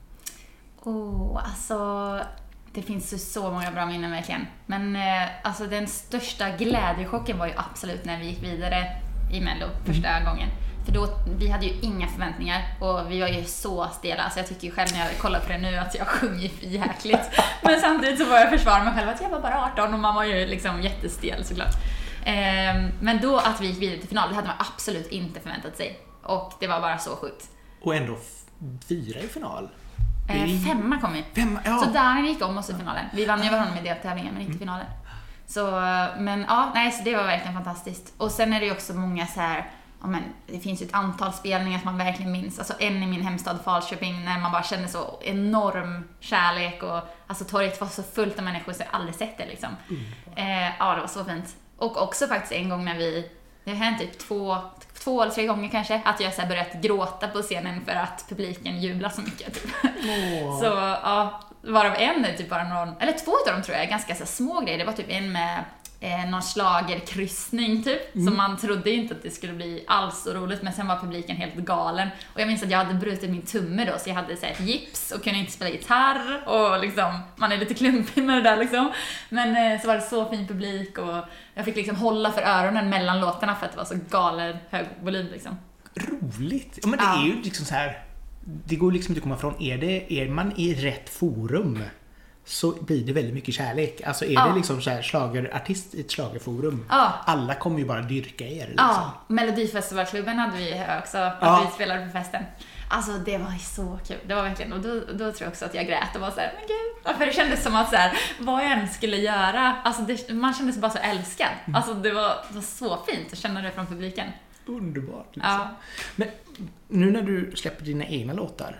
Alltså det finns ju så många bra minnen verkligen. Men alltså den största glädjechocken var ju absolut när vi gick vidare i Mello första gången. För då, vi hade ju inga förväntningar och vi var ju så stela. Så jag tycker ju själv när jag kollar på det nu att jag sjunger för jäkligt. Men samtidigt så var jag försvara mig själv att jag var bara 18 och man var ju liksom jättestel såklart. Men då att vi gick vidare till final, det hade man absolut inte förväntat sig. Och det var bara så sjukt. Och ändå 4 i final. 5 kom vi. 5, ja. Så där gick om oss i finalen. Vi vann ju varandra med deltävlingen, men inte finalen. Så, men ja, nej, så det var verkligen fantastiskt. Och sen är det ju också många så här, ja, men det finns ju ett antal spelningar som man verkligen minns. Alltså en i min hemstad Falköping, när man bara kände så enorm kärlek och alltså torget var så fullt av människor så jag aldrig sett det liksom. Ja, det var så fint. Och också faktiskt en gång när det har hänt typ 2 eller 3 gånger kanske, att jag så här börjat gråta på scenen för att publiken jublar så mycket typ. Så ja, varav en är typ bara någon, eller 2 av dem tror jag är ganska så här små grejer. Det var typ en med någon schlagerkryssning typ, som man trodde inte att det skulle bli alls så roligt, men sen var publiken helt galen. Och jag minns att jag hade brutit min tumme då, så jag hade så här, ett gips och kunde inte spela gitarr och liksom, man är lite klumpig med det där liksom. Men så var det så fin publik och jag fick liksom hålla för öronen mellan låtarna för att det var så galen hög volym liksom. Roligt! Ja, men det är ju liksom så här, det går liksom inte att komma ifrån, är man i rätt forum så blir det väldigt mycket kärlek. Alltså är det liksom så här schlagerartist i ett schlagerforum. Alla kommer ju bara dyrka er liksom. Ja, Melodifestivalklubben hade vi också att vi spelade på festen. Alltså det var så kul. Det var verkligen, och då tror jag också att jag grät och var så här, men gud. För det kändes som att så här, vad jag än skulle göra, alltså man kände sig bara så älskad. Alltså det var så fint att känna det från publiken. Underbart liksom. Ja. Men nu när du släpper dina egna låtar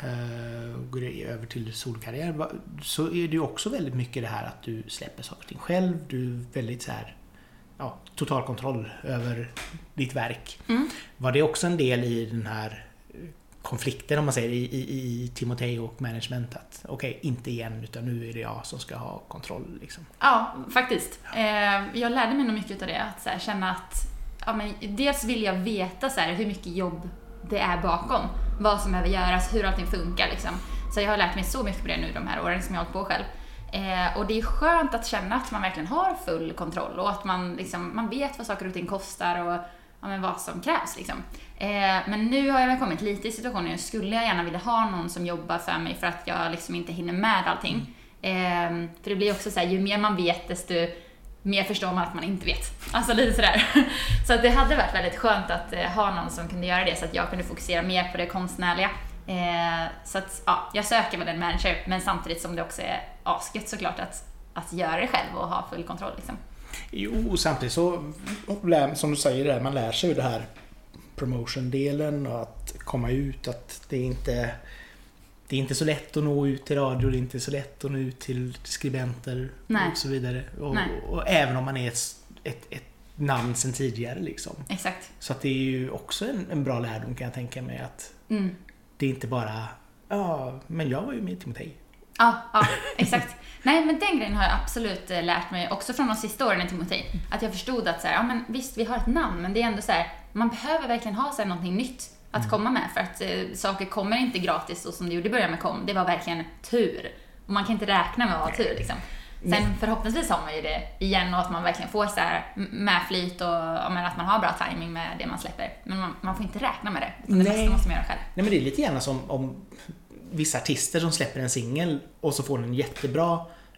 och går över till solkarriär, så är det ju också väldigt mycket det här att du släpper saker och ting själv. Du är väldigt så här, total kontroll över ditt verk. Var det också en del i den här konflikten, om man säger, i Timotej och management, att okej, inte igen, utan nu är det jag som ska ha kontroll liksom? Ja, faktiskt. Jag lärde mig nog mycket av det, att så här, känna att dels vill jag veta så här, hur mycket jobb det är bakom, vad som behöver göras, hur allting funkar liksom. Så jag har lärt mig så mycket på det nu de här åren som jag har hållit på själv. Och det är skönt att känna att man verkligen har full kontroll och att man, liksom, man vet vad saker och ting kostar och vad som krävs liksom. Men nu har jag väl kommit lite i situationen, skulle jag gärna vilja ha någon som jobbar för mig för att jag liksom inte hinner med allting. För det blir också så här, ju mer man vet desto mer förstår man att man inte vet. Alltså lite sådär. Så att det hade varit väldigt skönt att ha någon som kunde göra det, så att jag kunde fokusera mer på det konstnärliga. Så att jag söker väl en manager, men samtidigt som det också är asgött såklart att göra det själv och ha full kontroll liksom. Jo, samtidigt så, som du säger där, man lär sig ju det här promotion-delen och att komma ut, att det är inte så lätt att nå ut till radio, det är inte så lätt att nå ut till skribenter. Nej. Och så vidare. Och även om man är ett namn sedan tidigare liksom. Exakt. Så att det är ju också en bra lärdom, kan jag tänka mig, att det är inte bara men jag var ju med i Timotej. Ja, exakt. Nej, men den grejen har jag absolut lärt mig också från de sista åren i Timotej. Att jag förstod att så här, men visst, vi har ett namn, men det är ändå så här, man behöver verkligen ha så här någonting nytt att komma med, för att saker kommer inte gratis, och som det gjorde i början med kom. Det var verkligen tur. Och man kan inte räkna med att ha tur liksom. Sen förhoppningsvis har man ju det igen, och att man verkligen får så här medflyt och att man har bra timing med det man släpper. Men man får inte räkna med det. Det mesta måste man göra själv. Nej, men det är lite gärna som om vissa artister som släpper en singel och så får den en jättebra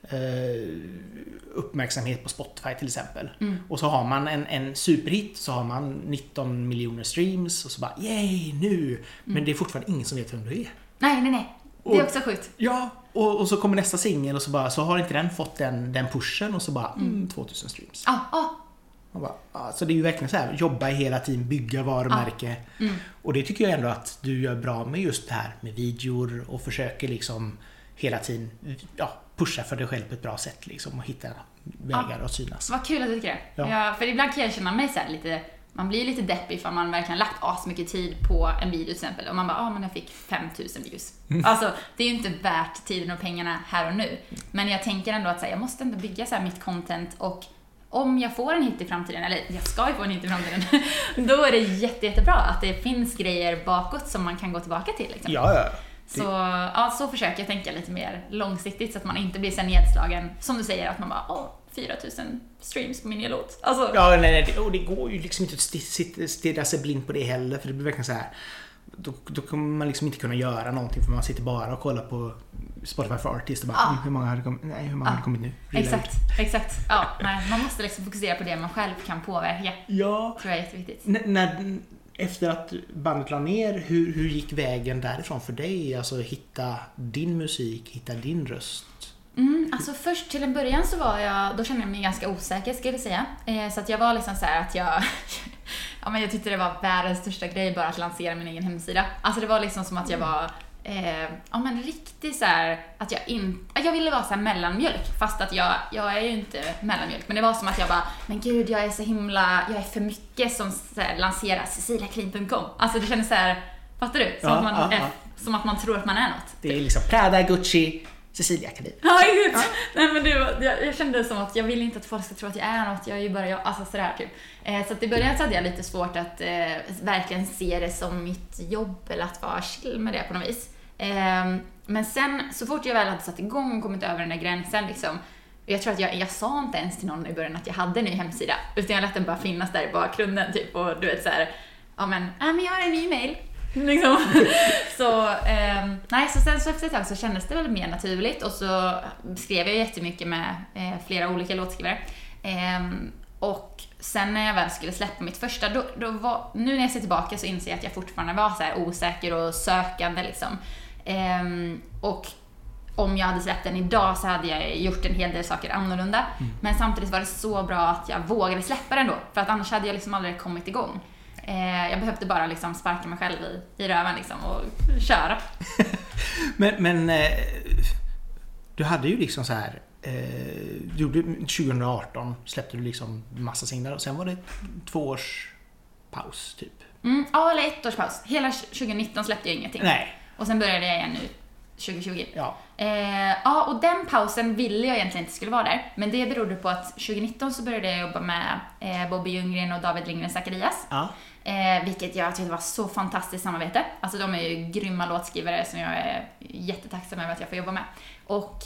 uppmärksamhet på Spotify till exempel. Och så har man en superhit, så har man 19 miljoner streams och så bara yay nu. Men det är fortfarande ingen som vet vem du är. Nej. Det är också sjukt. Ja, och så kommer nästa singel och så har inte den fått den pushen, och så bara 2000 streams. Så det är ju verkligen så här, jobba hela tiden, bygga varumärke. Och det tycker jag ändå att du gör bra med just det här med videor, och försöker liksom hela tiden pusha för dig själv på ett bra sätt liksom, och hitta vägar att synas. Vad kul att du tycker det. Ja, för ibland kan jag känna mig så här lite, man blir lite deppig för man verkligen lagt mycket tid på en video till exempel, och man bara, men jag fick 5000 views. Alltså, det är ju inte värt tiden och pengarna här och nu. Men jag tänker ändå att så här, jag måste ändå bygga så här mitt content, och om jag får en hit i framtiden, eller jag ska ju få en hit i framtiden, då är det jättebra att det finns grejer bakåt som man kan gå tillbaka till liksom. Ja. Så försöker jag tänka lite mer långsiktigt, så att man inte blir så nedslagen, som du säger, att man bara 4000 streams på min nya låt. Alltså. Ja, nej, och det går ju liksom inte att stirra sig blind på det heller, för det blir verkligen så här. Då kommer man liksom inte kunna göra någonting, för man sitter bara och kollar på Spotify for Artists och bara, hur många har kommit nu? Exakt. Ja, nej, man måste liksom fokusera på det man själv kan påverka. Ja. Tror jag är jätteviktigt. Efter att bandet la ner, hur gick vägen därifrån för dig? Alltså hitta din musik, hitta din röst? Alltså först till en början så då kände jag mig ganska osäker, ska jag säga. Så att jag var liksom så här att jag tyckte det var världens största grej bara att lansera min egen hemsida. Alltså det var liksom som att jag var riktigt så här att jag ville vara så här mellanmjölk, fast att jag är ju inte mellanmjölk, men det var som att jag bara, men gud, jag är för mycket som så här, lanserar ceciliaclean.com. Alltså det kändes så här, fattar du? Som att man tror att man är något. Det är liksom Prada, Gucci, Cecilia Kalin. Nej, men jag kände som att jag vill inte att folk ska tro att jag är något. Jag är ju bara jag, alltså sådär typ. Så att i början så hade jag lite svårt att verkligen se det som mitt jobb, eller att vara chill med det på något vis. Men sen så fort jag väl hade satt igång och kommit över den där gränsen liksom, jag tror att jag sa inte ens till någon i början att jag hade en ny hemsida, utan jag lät den bara finnas där i bakgrunden typ, och du vet så här, men jag har en ny e-mail liksom. Så sen så efter ett tag så kändes det väl mer naturligt, och så skrev jag jättemycket med flera olika låtskrivare, och sen när jag väl skulle släppa mitt första, nu när jag ser tillbaka så inser jag att jag fortfarande var så här osäker och sökande liksom. Och om jag hade släppt den idag så hade jag gjort en hel del saker annorlunda. Men samtidigt var det så bra att jag vågade släppa den då, för att annars hade jag liksom aldrig kommit igång. Jag behövde bara liksom sparka mig själv i röven liksom och köra. Men du hade ju liksom så här 2018 släppte du liksom massa singlar och sen var det 2 års paus typ. Ja, eller 1 års paus. Hela 2019 släppte jag ingenting. Nej. Och sen började jag igen nu 2020. Ja. Ja, och den pausen ville jag egentligen inte skulle vara där. Men det berodde på att 2019 så började jag jobba med Bobby Ljunggren och David Lindgren Zacharias. Ja. Vilket jag tyckte var så fantastiskt samarbete. Alltså de är ju grymma låtskrivare som jag är jättetacksam över att jag får jobba med. Och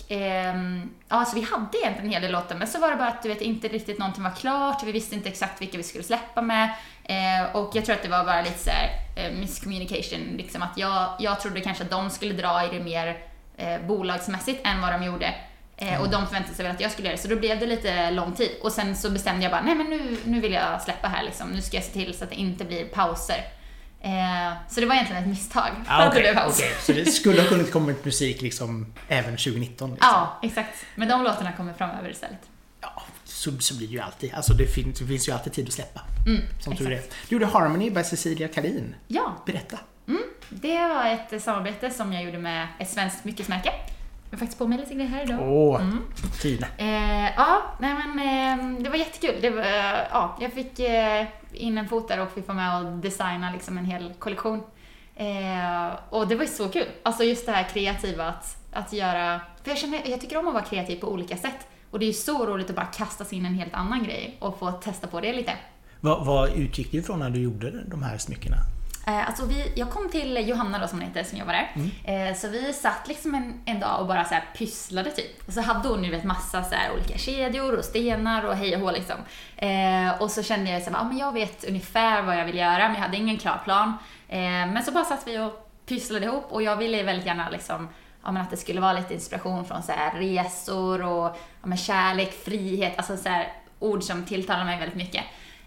ja, så vi hade egentligen en hel del låtar, men så var det bara att du vet, inte riktigt någonting var klart. Vi visste inte exakt vilka vi skulle släppa med. Och jag tror att det var bara lite så här miscommunication. Liksom att jag trodde kanske att de skulle dra i det mer bolagsmässigt än vad de gjorde. Och de förväntade sig väl att jag skulle göra det. Så då blev det lite lång tid. Och sen så bestämde jag bara, nej men nu vill jag släppa här liksom. Nu ska jag se till så att det inte blir pauser. Så det var egentligen ett misstag. Okay. Så det skulle ha kunnat komma ut musik liksom även 2019 liksom. Ja, exakt. Men de låtarna kommer framöver istället. Ja, så blir det ju alltid. Alltså det finns ju alltid tid att släppa. Som tur är. Du gjorde Harmony by Cecilia Karin. Ja. Berätta. Det var ett samarbete som jag gjorde med ett svenskt smyckesmärke. Jag har faktiskt på mig lite grejer här idag. Fina. Ja, nej men det var jättekul. Det var, jag fick in en fot där och fick vara med och designa liksom en hel kollektion. Och det var ju så kul. Alltså just det här kreativa att göra. För jag tycker om att vara kreativ på olika sätt. Och det är ju så roligt att bara kasta sig in en helt annan grej och få testa på det lite. Vad utgick du ifrån när du gjorde de här smyckena? Alltså jag kom till Johanna då, som hon heter, som jobbar där. Så vi satt liksom en dag och bara så här pysslade typ. Och så hade hon ju vet massa så här olika kedjor och stenar och hej och hå liksom. Och så kände jag så här, men jag vet ungefär vad jag vill göra, men jag hade ingen klar plan. Men så bara satt vi och pysslade ihop och jag ville väldigt gärna liksom, men att det skulle vara lite inspiration från så här resor och kärlek, frihet, alltså så här ord som tilltalar mig väldigt mycket.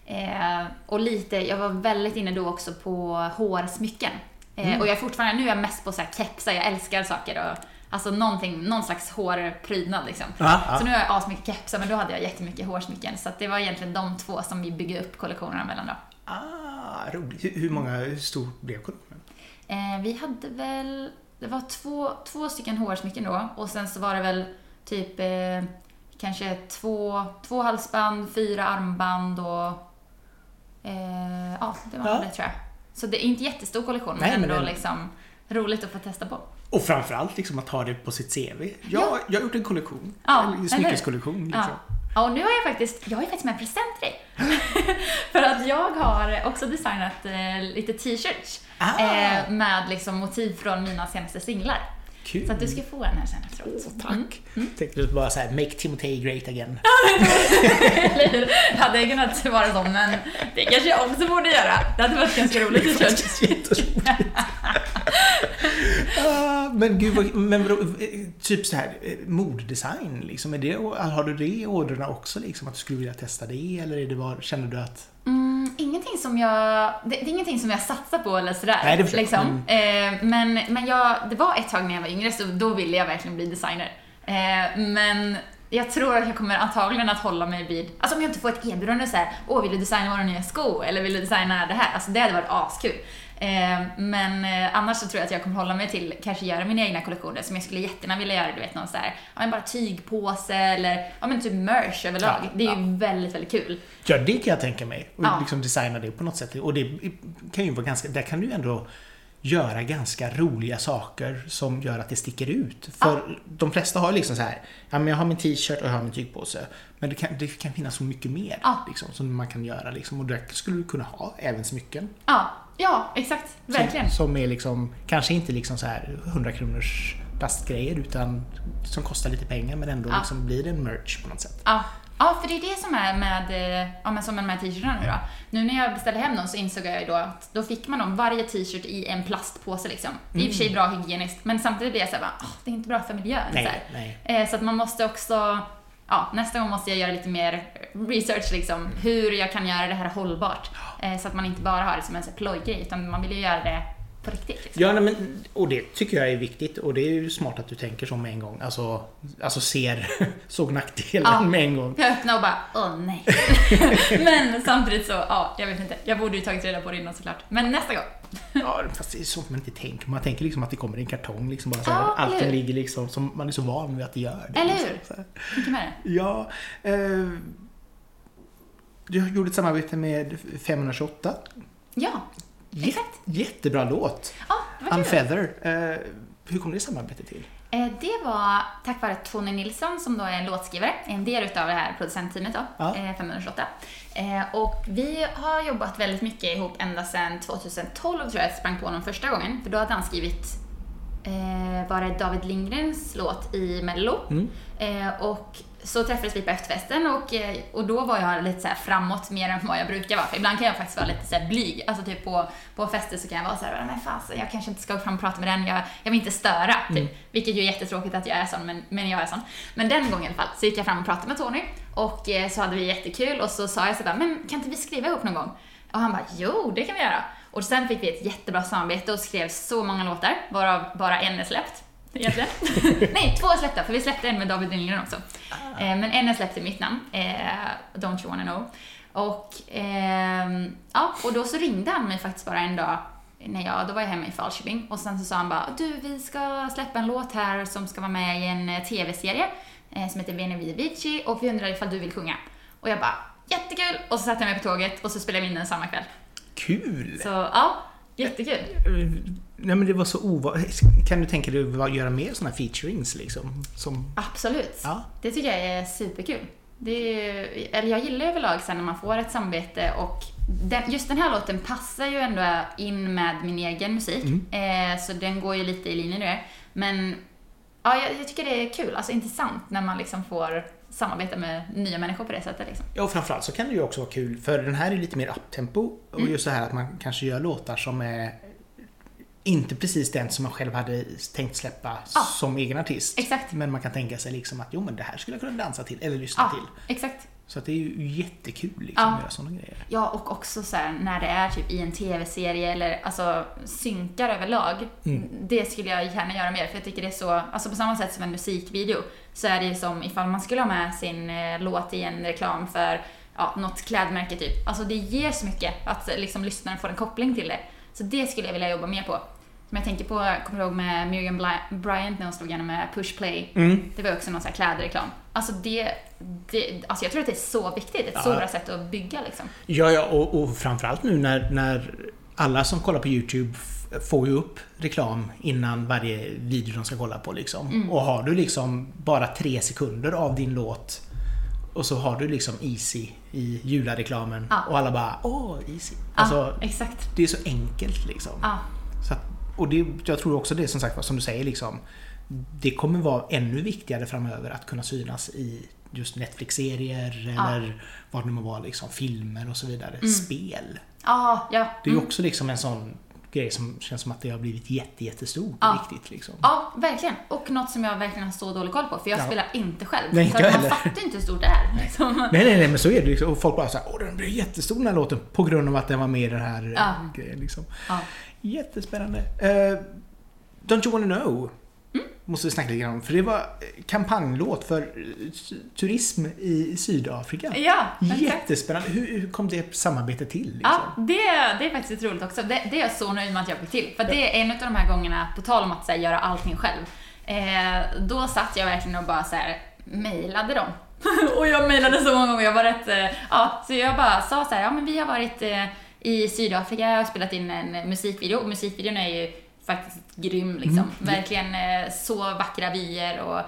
Och lite, jag var väldigt inne då också på hårsmycken. Och jag är fortfarande, nu är jag mest på så här kepsar, jag älskar saker och alltså någon slags hårprydnad liksom. Så nu har jag asmycket kepsar, men då hade jag jättemycket hårsmycken. Så att det var egentligen de två som vi byggde upp kollektionerna mellan då. Roligt. Hur stor blev kollektionen? Vi hade väl, det var två stycken hårsmycken då. Och sen så var det väl typ kanske två halsband, 4 armband och det var det tror jag. Så det är inte jättestor kollektion, men ändå liksom roligt att få testa på. Och framförallt liksom att ha det på sitt CV. Jag har gjort en kollektion, en smyckeskollektion liksom. Ja, och nu har jag faktiskt med en present till dig. För att jag har också designat lite t-shirts med liksom motiv från mina senaste singlar. Kul. Så att du ska få den här sen efteråt. Tack. Tänkte du bara så här, make Timothy great again. Det hade kunnat vara så, men det kanske jag också borde göra. Det hade varit ganska roligt t-shirt. Men gud, typ så här moddesign liksom, har du det i orderna också liksom, att du skulle vilja testa det, eller är det bara, känner du att ingenting som det är ingenting som jag satsar på eller sådär. Nej, det liksom. Men det var ett tag när jag var yngre, så då ville jag verkligen bli designer. Men jag tror att jag kommer antagligen att hålla mig vid, alltså om jag inte får ett erbjudande så här, vill du designa våra nya skor eller vill du designa det här, alltså det hade varit askul. Men annars så tror jag att jag kommer hålla mig till kanske göra mina egna kollektioner, som jag skulle jättegärna vilja göra, du vet, någon så här, bara tygpåse eller typ merch överlag. Det är ju väldigt, väldigt kul. Ja, det kan jag tänka mig. Och liksom designa det på något sätt. Och det kan ju vara ganska, där kan du ändå göra ganska roliga saker som gör att det sticker ut. För de flesta har liksom så här, men jag har min t-shirt och jag har min tygpåse. Men det kan finnas så mycket mer liksom, som man kan göra liksom. Och där skulle du kunna ha även smycken. Ja, exakt. Verkligen. Som är liksom, kanske inte liksom så här 100 kronors plastgrejer, utan som kostar lite pengar, men ändå liksom blir det en merch på något sätt. Ja, för det är det som är med som med de här t-shirtarna nu då. Nu när jag beställde hem dem så insåg jag ju då att då fick man varje t-shirt i en plastpåse liksom. Det är i och för sig bra hygieniskt, men samtidigt blir jag såhär, det är inte bra för miljön. Nej. Så att man måste också, nästa gång måste jag göra lite mer research liksom, hur jag kan göra det här hållbart. Så att man inte bara har det som en plojgrej, utan man vill ju göra det på riktigt. Liksom. Ja, nej, men, och det tycker jag är viktigt. Och det är ju smart att du tänker så med en gång. Alltså såg nackdelen med en gång. Jag öppnade och bara, nej. Men samtidigt så, jag vet inte. Jag borde ju tagit reda på det innan såklart. Men nästa gång. Ja, fast det är sånt man inte tänker. Man tänker liksom att det kommer i en kartong. Liksom bara så här, allting ligger liksom som man är så van vid att det gör. Det, eller liksom, hur? Tänker med det. Ja. Du gjorde ett samarbete med 528. Ja, exakt. Jättebra låt. Ja, det var kul. Unfeather. Hur kom det samarbetet till? Det var tack vare Tony Nilsson som då är en låtskrivare, en del utav det här producentteamet då, 528. Och vi har jobbat väldigt mycket ihop ända sedan 2012 tror jag sprang på honom första gången. För då hade han skrivit var det David Lindgrens låt i Mello. Och så träffades vi på efterfesten och då var jag lite så här framåt mer än vad jag brukar vara. För ibland kan jag faktiskt vara lite så här blyg. Alltså typ på fester så kan jag vara så här, men fan, jag kanske inte ska gå fram och prata med den. Jag vill inte störa, typ. Vilket ju är jättetråkigt att jag är sån, men jag är sån. Men den gången i alla fall så gick jag fram och pratade med Tony och så hade vi jättekul och så sa jag så där, men kan inte vi skriva ihop någon gång? Och han bara, jo, det kan vi göra. Och sen fick vi ett jättebra samarbete och skrev så många låtar, varav bara en är släppt. Egentligen. Nej, 2 är släppta, för vi släppte en med David Lindgren också. Men en är släppt i mitt namn, Don't You Wanna Know. Och då så ringde han mig faktiskt bara en dag när då var jag hemma i Falköping. Och sen så sa han bara, du, vi ska släppa en låt här som ska vara med i en tv-serie som heter Veni Vidi Vici och vi undrar ifall du vill sjunga. Och jag bara, jättekul! Och så satte jag mig på tåget och så spelade vi in den samma kväll. Kul! Så ja, jättekul. Nej, men det var så ovanligt. Kan du tänka dig att göra mer såna featurings liksom? Absolut. Ja. Det tycker jag är superkul. Jag gillar överlag sen när man får ett samarbete och just den här låten passar ju ändå in med min egen musik. Så den går ju lite i linje nu. Men ja, jag tycker det är kul, alltså intressant när man liksom får samarbeta med nya människor på det sättet liksom. Ja, och framförallt så kan det ju också vara kul för den här är lite mer uptempo och just så här att man kanske gör låtar som är inte precis den som man själv hade tänkt släppa som egen artist. Exakt. Men man kan tänka sig liksom att jo, men det här skulle jag kunna dansa till eller lyssna till. Exakt. Så att det är ju jättekul liksom att göra sådana grejer. Ja, och också så här, när det är typ i en tv-serie eller alltså synkar överlag. Det skulle jag gärna göra mer för jag tycker det är så, alltså på samma sätt som en musikvideo så är det som ifall man skulle ha med sin låt i en reklam för något klädmärke typ. Alltså det ger så mycket att liksom lyssnaren får en koppling till det. Så det skulle jag vilja jobba mer på. Som jag tänker på, kommer du ihåg med Miriam Bryant när hon stod gärna med Push Play. Det var också någon sån här klädreklam. Alltså alltså jag tror att det är så viktigt, ett så bra sätt att bygga liksom. Ja, och framförallt nu när alla som kollar på YouTube får ju upp reklam innan varje video de ska kolla på liksom. Och har du liksom bara 3 sekunder av din låt och så har du liksom Easy i julareklamen och alla bara, Easy. Alltså, exakt. Det är så enkelt liksom. Så att, och jag tror också det som sagt som du säger liksom, det kommer vara ännu viktigare framöver att kunna synas i just Netflix-serier eller vad det må vara liksom, filmer och så vidare, spel. Det är ju också liksom en sån grej som känns som att det har blivit jättestort och viktigt liksom. Ja, verkligen. Och något som jag verkligen har så dålig koll på, för jag spelar inte själv. Nej, så att man fattar inte hur stort det är. Liksom. Nej, men så är det liksom. Och folk bara såhär, den blir jättestor den här låten på grund av att den var med i den här grejen liksom. Jättespännande. Don't You Wanna Know? Måste vi snacka lite grann om. För det var kampanjlåt för turism i Sydafrika. Ja, jättespännande. Hur kom det samarbetet till? Liksom? Ja, det är faktiskt roligt också. Det är jag så nöjd med att jag fick till. För det är en av de här gångerna, på tal om att här, göra allting själv. Då satt jag verkligen och bara så här, mejlade dem. Och jag mejlade så många gånger. Jag var rätt, så jag bara sa så här, men vi har varit i Sydafrika och spelat in en musikvideo. Och musikvideon är ju faktiskt grym liksom. Verkligen så vackra vyer och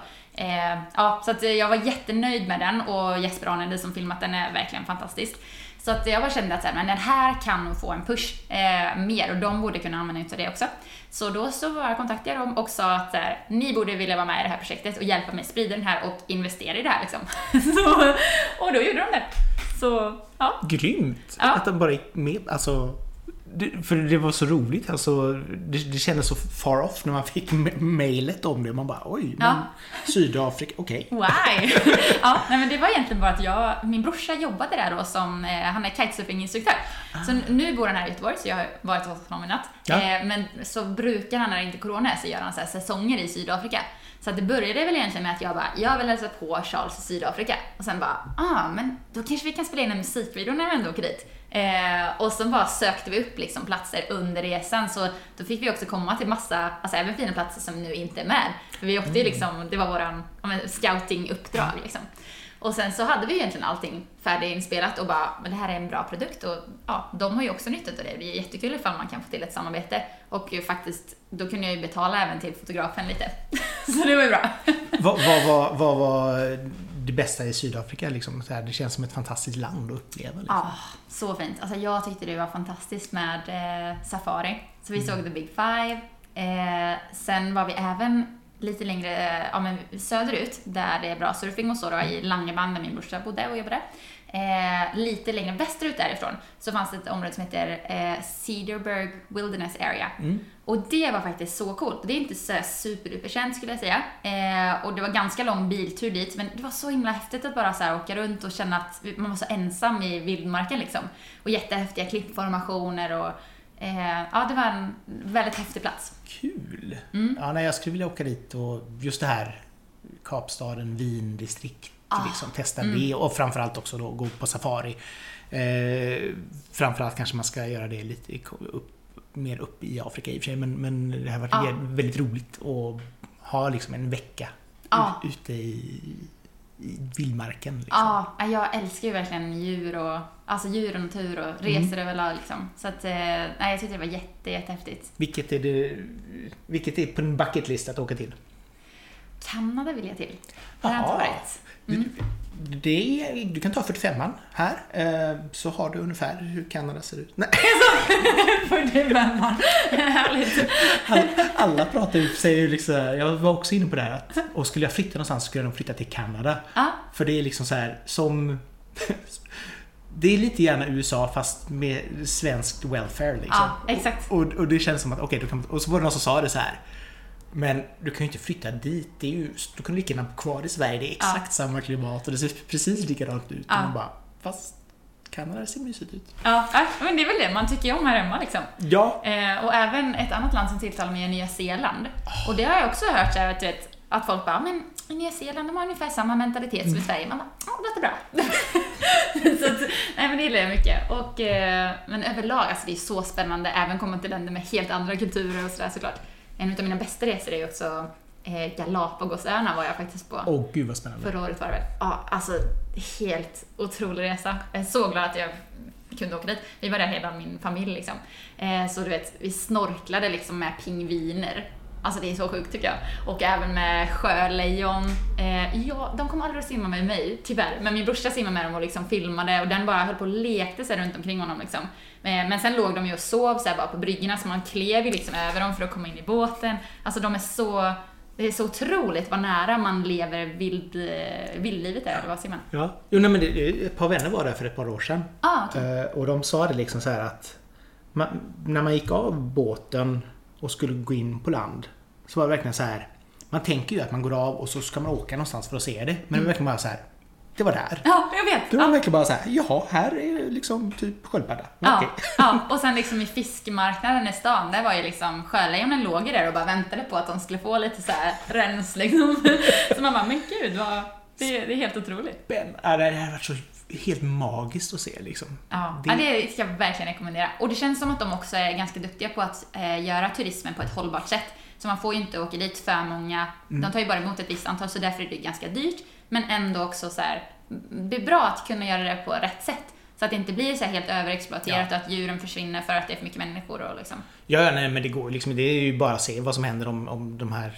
så att jag var jättenöjd med den och Jesper Arnede som filmat den är verkligen fantastisk. Så att jag bara kände att så här, men den här kan nog få en push mer och de borde kunna använda utav det också. Så då så kontaktade jag dem och sa att så här, ni borde vilja vara med i det här projektet och hjälpa mig sprida den här och investera i det här liksom. Och då gjorde de det. Så, Grymt! Att de bara gick med, alltså för det var så roligt. Alltså, det kändes så far off när man fick mejlet om det. Man bara, oj, men Sydafrika, okej. Why? Ja, nej, men det var egentligen bara att min brorsa jobbade där då som, han är kitesurfinginstruktör. Så nu bor han här i Göteborg, så jag har varit hos honom i natt. Men så brukar han, när det inte är corona, så gör han så här säsonger i Sydafrika. Så att det började väl egentligen med att jag vill hälsa på Charles i Sydafrika. Och sen bara, men då kanske vi kan spela in en musikvideo när vi ändå åker dit. Och sen bara sökte vi upp liksom platser under resan. Så då fick vi också komma till massa, alltså även fina platser som nu inte är med. För vi åkte liksom, det var våran scouting-uppdrag liksom. Och sen så hade vi egentligen allting färdiginspelat och bara, men det här är en bra produkt. Och ja, de har ju också nyttat av det. Det är jättekul ifall man kan få till ett samarbete. Och faktiskt, då kunde jag ju betala även till fotografen lite. Så det var ju bra. Vad var det bästa i Sydafrika? Liksom? Så här, det känns som ett fantastiskt land att uppleva. Liksom. Ja, så fint. Alltså, jag tyckte det var fantastiskt med safari. Så vi såg The Big Five. Sen var vi även lite längre söderut, där det är bra surfing och så då, i Langeband där min brorsa bodde och jobbade. Lite längre västerut därifrån så fanns det ett område som heter Cedarburg Wilderness Area. Och det var faktiskt så coolt. Det är inte så superduperkänt skulle jag säga. Och det var ganska lång biltur dit, men det var så himla häftigt att bara så här åka runt och känna att man var så ensam i vildmarken liksom. Och jättehäftiga klippformationer och det var en väldigt häftig plats. Kul! Ja, jag skulle vilja åka dit och just det här Kapstaden, Vindistrikt liksom, testa det och framförallt också då gå på safari. Framförallt kanske man ska göra det lite mer upp i Afrika i och för sig, men det har varit väldigt roligt att ha liksom en vecka ute i vildmarken. Liksom. Ja, jag älskar ju verkligen djur och natur och resor överlag liksom. Så att, jag tyckte det var jättehäftigt. Vilket är på en bucketlist att åka till? Kanada vill jag till. Det har jag inte varit. Du kan ta 45an här, så har du ungefär hur Kanada ser ut. Nej. 45an, härligt. Alla pratar ju, säger ju liksom, jag var också inne på det här att, och skulle jag flytta någonstans så skulle jag nog flytta till Kanada. För det är liksom så här som det är lite gärna USA fast med svenskt welfare liksom. Ja, exakt. Och det känns som att okej, och så var det någon som sa det så här. Men du kan ju inte flytta dit. Det är ju, du kan lika gärna bo kvar i Sverige. Det är exakt samma klimat och det ser precis likadant ut. Och man bara, fast Kanada ser mysigt ut. Ja, men det är väl det. Man tycker ju om här hemma liksom. Ja. Och även ett annat land som tilltalar mig är Nya Zeeland. Och det har jag också hört så här, att folk bara, men i Nya Zeeland de har ungefär samma mentalitet som i Sverige. Man bara, det låter bra. Så att, nej men det gillar jag mycket. Och, men överlag, alltså det är så spännande. Även komma till länder med helt andra kulturer och sådär såklart. En av mina bästa resor är ju också Galapagosöarna var jag faktiskt på. Gud vad spännande. Förra året var det väl. Ja, alltså helt otrolig resa. Jag är så glad att jag kunde åka dit. Vi var där hela min familj liksom. Så du vet, vi snorklade liksom med pingviner. Alltså det är så sjukt tycker jag. Och även med sjölejon. De kom aldrig att simma med mig, tyvärr. Men min brorsa simmade med dem och liksom filmade. Och den bara höll på och lekte sig runt omkring honom liksom. Men sen låg de ju och sov så här bara på bryggorna. Så man klev ju liksom över dem för att komma in i båten. Alltså det är så otroligt vad nära man lever vildlivet där. Vad säger man? Ja, men ett par vänner var där för ett par år sedan. Okay. Och de sa det liksom så här att när man gick av båten och skulle gå in på land så var det verkligen så här, man tänker ju att man går av och så ska man åka någonstans för att se det, men det var verkligen bara så här, det var där. Ja, jag vet. Det var verkligen bara så här, jaha, här är liksom typ sköldpadda. Ja, okay. Ja, och sen liksom i fiskmarknaden i stan, där var ju liksom sjölejonen låg där och bara väntade på att de skulle få lite så här rens liksom. Så man bara, men gud, det är helt otroligt. Det har varit så helt magiskt att se liksom. Ja, det ska jag verkligen rekommendera. Och det känns som att de också är ganska duktiga på att göra turismen på ett hållbart sätt. Så man får ju inte åka dit för många. De tar ju bara emot ett visst antal, så därför är det ganska dyrt. Men ändå också så här, det är bra att kunna göra det på rätt sätt. Så att det inte blir så här helt överexploaterat och att djuren försvinner för att det är för mycket människor och liksom. Ja, nej, men det går liksom, det är ju bara att se vad som händer om de här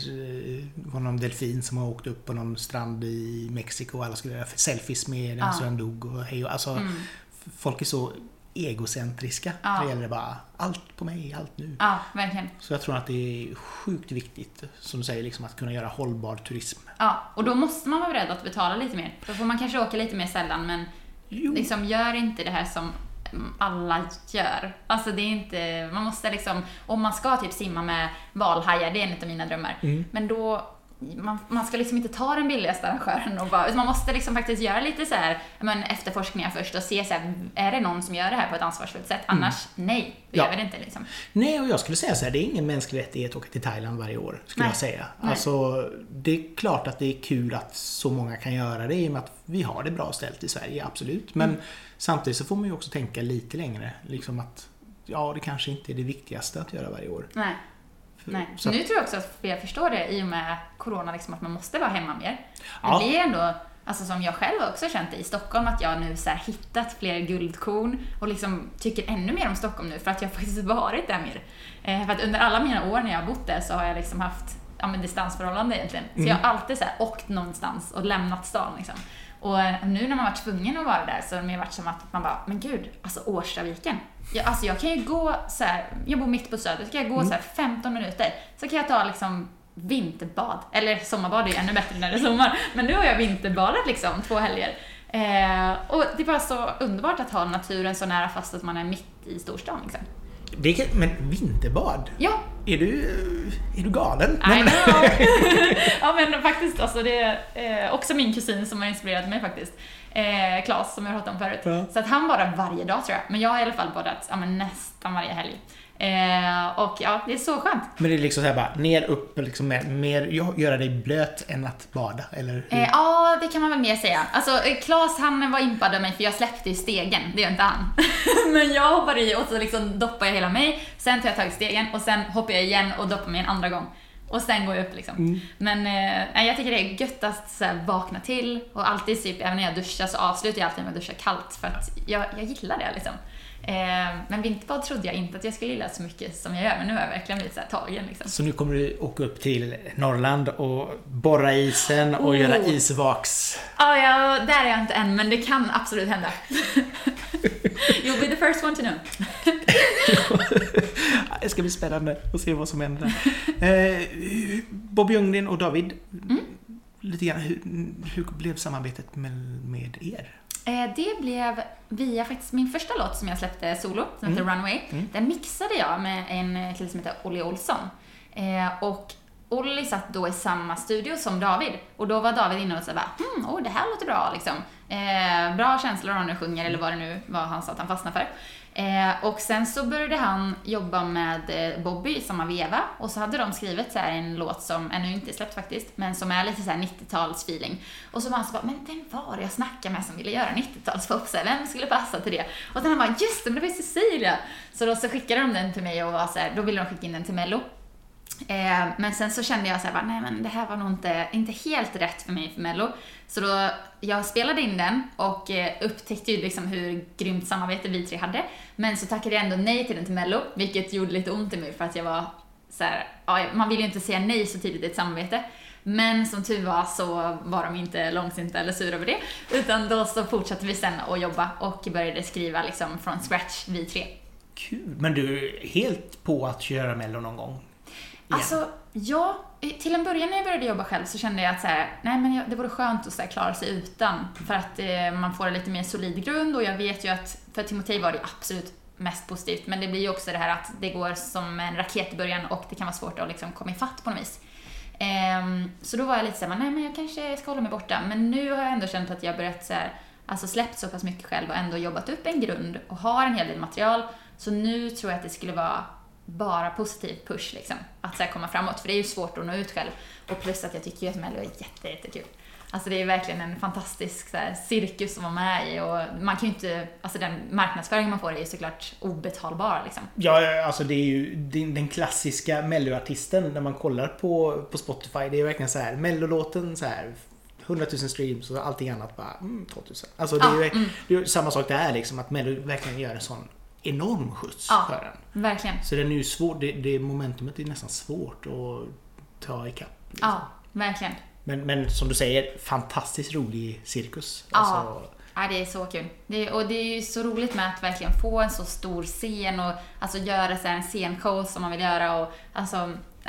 någon delfin som har åkt upp på någon strand i Mexiko och alla skulle göra selfies med den så den dog och hej och alltså folk är så egocentriska. Det gäller bara allt på mig, allt nu. Ja, verkligen. Så jag tror att det är sjukt viktigt, som du säger, liksom, att kunna göra hållbar turism. Ja, och då måste man vara beredd att betala lite mer. Då får man kanske åka lite mer sällan, men liksom gör inte det här som alla gör. Alltså det är inte, man måste liksom, om man ska typ simma med valhajar, det är en av mina drömmar. Men då man ska liksom inte ta den billigaste arrangören och bara, man måste liksom faktiskt göra lite så här, men efterforskningar först och se så här, är det någon som gör det här på ett ansvarsfullt sätt? Annars, nej, det gör vi det inte liksom. Nej, och jag skulle säga så här, det är ingen mänsklig rättighet att åka till Thailand varje år, skulle jag säga. Alltså, det är klart att det är kul att så många kan göra det i och med att vi har det bra ställt i Sverige, absolut. Men samtidigt så får man ju också tänka lite längre, liksom att det kanske inte är det viktigaste att göra varje år. Nej. Så nu tror jag också att jag förstår det i och med corona, liksom, att man måste vara hemma mer. Det blir ändå, alltså som jag själv också känt i Stockholm, att jag nu så här hittat fler guldkorn och liksom tycker ännu mer om Stockholm nu för att jag faktiskt varit där mer. För att under alla mina år när jag har bott där så har jag liksom haft distansförhållande egentligen. Så jag har alltid så här åkt någonstans och lämnat stan liksom. Och nu när man var tvungen att vara där så har det mer varit som att man bara, men gud, alltså Årstaviken. Jag kan ju gå så här, jag bor mitt på Söder, så kan jag gå så här 15 minuter. Så kan jag ta liksom vinterbad. Eller sommarbad är ju ännu bättre när det är sommar. Men nu har jag vinterbadat liksom 2 helger. Och det är bara så underbart att ha naturen så nära fast att man är mitt i storstan liksom. Men vinterbad? Ja. Är du galen? I know. Ja men faktiskt, alltså det är också min kusin som har inspirerat mig faktiskt. Claes som jag har pratat om förut. Ja. Så att han badar varje dag tror jag. Men jag har i alla fall badat nästan varje helg. Och det är så skönt. Men det är liksom så här bara ner upp liksom mer göra dig blöt än att bada eller? Ja, det kan man väl mer säga. Alltså Claes han var impad av mig för jag släppte i stegen. Det gör inte han. Men jag hoppade i och så liksom doppar jag hela mig. Sen tar jag tag i stegen och sen hoppar jag igen och doppar mig en andra gång. Och sen går jag upp liksom. Men jag tycker det är gött att så här, vakna till. Och alltid typ, även när jag duschar så avslutar jag alltid med att duscha kallt. För att jag gillar det liksom. Men vinterbad trodde jag inte att jag skulle gilla så mycket som jag gör. Men nu har jag verkligen blivit så här tagen liksom. Så nu kommer du åka upp till Norrland och borra isen och göra isvaks? Ja, där är jag inte än. Men det kan absolut hända. You'll be the first one to know. Det ska bli spännande att se vad som händer. Bob Ljunggren och David, lite grann, hur blev samarbetet med er? Det blev via faktiskt min första låt som jag släppte solo, som heter Runaway. Den mixade jag med en kille som heter Olli Olsson. Och Olli satt då i samma studio som David. Och då var David inne och sa bara, det här låter bra liksom. Bra känslor när du sjunger eller vad det nu var han sa att han fastnade för. Och sen så började han jobba med Bobby i samma veva. Och så hade de skrivit så här en låt som ännu inte är släppt faktiskt, men som är lite så här 90-talsfeeling. Och så var han så bara, men vem var det jag snackade med som ville göra 90-talspop? Vem skulle passa till det? Och sen han bara, just det, men det var Cecilia. Så då så skickade de den till mig och var så här, då ville de skicka in den till Mello. Men sen så kände jag så här, nej men det här var nog inte helt rätt för mig för Mello. Så då, jag spelade in den och upptäckte ju liksom hur grymt samarbete vi tre hade. Men så tackade jag ändå nej till den till Mello, vilket gjorde lite ont i mig för att jag var så här, man vill ju inte säga nej så tidigt i ett samarbete. Men som tur var så var de inte långsinta eller sura över det. Utan då så fortsatte vi sen att jobba och började skriva liksom från scratch, vi tre. Kul, men du är helt på att köra Mello någon gång? Alltså, ja, till en början när jag började jobba själv så kände jag att så här, nej men det vore skönt att så här, klara sig utan. För att man får en lite mer solid grund och jag vet ju att för Timotej var det absolut mest positivt. Men det blir ju också det här att det går som en raket i början och det kan vara svårt att liksom komma ifatt på något vis. Så då var jag lite så här, nej men jag kanske ska hålla mig borta. Men nu har jag ändå känt att jag börjat så här, alltså släppt så pass mycket själv och ändå jobbat upp en grund och har en hel del material. Så nu tror jag att det skulle vara bara positiv push liksom, att så här komma framåt, för det är ju svårt att nå ut själv och plus att jag tycker att Mello är jättekul. Alltså det är verkligen en fantastisk så här, cirkus som var med i och man kan ju inte, alltså den marknadsföring man får är ju såklart obetalbar liksom. Ja, alltså det är ju den klassiska Mello-artisten när man kollar på Spotify, det är verkligen så här Mello-låten så här 100 000 streams och allting annat bara 2000. Alltså det är ju samma sak där liksom, att Mello verkligen gör en sån enorm skjuts för den. Verkligen. Så den är ju svår, det momentumet är nästan svårt att ta ikapp. Liksom. Ja, verkligen. Men som du säger, fantastiskt rolig cirkus. Ja, alltså... ja det är så kul. Och det är ju så roligt med att verkligen få en så stor scen och alltså göra så här en scenshow som man vill göra. Och, alltså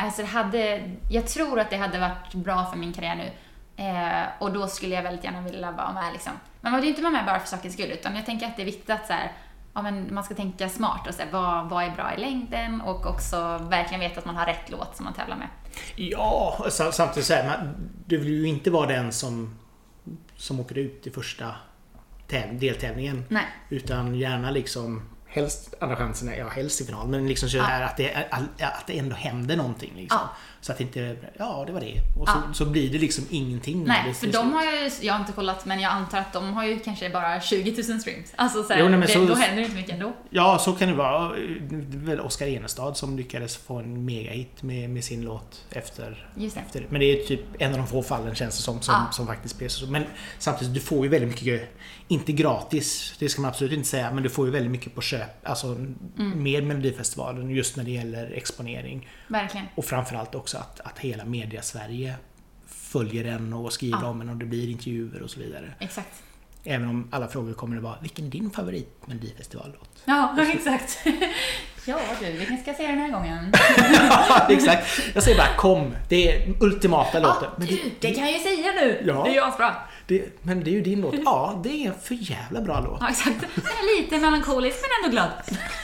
jag tror att det hade varit bra för min karriär nu. Och då skulle jag väldigt gärna vilja vara med liksom. Men man vill ju inte vara med bara för sakens skull, utan jag tänker att det är viktigt att så här, men man ska tänka smart och säga vad är bra i längden och också verkligen veta att man har rätt låt som man tävlar med. Ja, samtidigt så här, du vill ju inte vara den som åker ut i första deltävlingen. Nej. Utan gärna liksom helst andra chansen är helst i final, men liksom så här att det ändå händer någonting liksom. Så att inte det var det och så blir det liksom ingenting. Nej, för de har jag har inte kollat, men jag antar att de har ju kanske bara 20 000 streams. Alltså så här, då händer det inte mycket ändå. Ja, så kan det vara. Det är väl Oskar Enestad som lyckades få en megahit med sin låt efter. Men det är typ en av de få fallen känns det som faktiskt blir så. Men samtidigt, du får ju väldigt mycket, inte gratis, det ska man absolut inte säga, men du får ju väldigt mycket på köp, alltså med Melodifestivalen just när det gäller exponering. Verkligen. Och framförallt också att hela media Sverige följer den och skriver om den och det blir intervjuer och så vidare. Exakt. Även om alla frågor kommer att vara, vilken är din favorit Melodifestivallåt? Ja, exakt. Ja du, vilken ska jag se den här gången? Exakt. Jag säger bara kom, det är ultimata låten. Men det kan jag ju säga nu. Ja. Det är ju asbra. Men det är ju din låt. Ja, det är en för jävla bra låt. Ja, exakt. Den är lite melankolisk men ändå glad.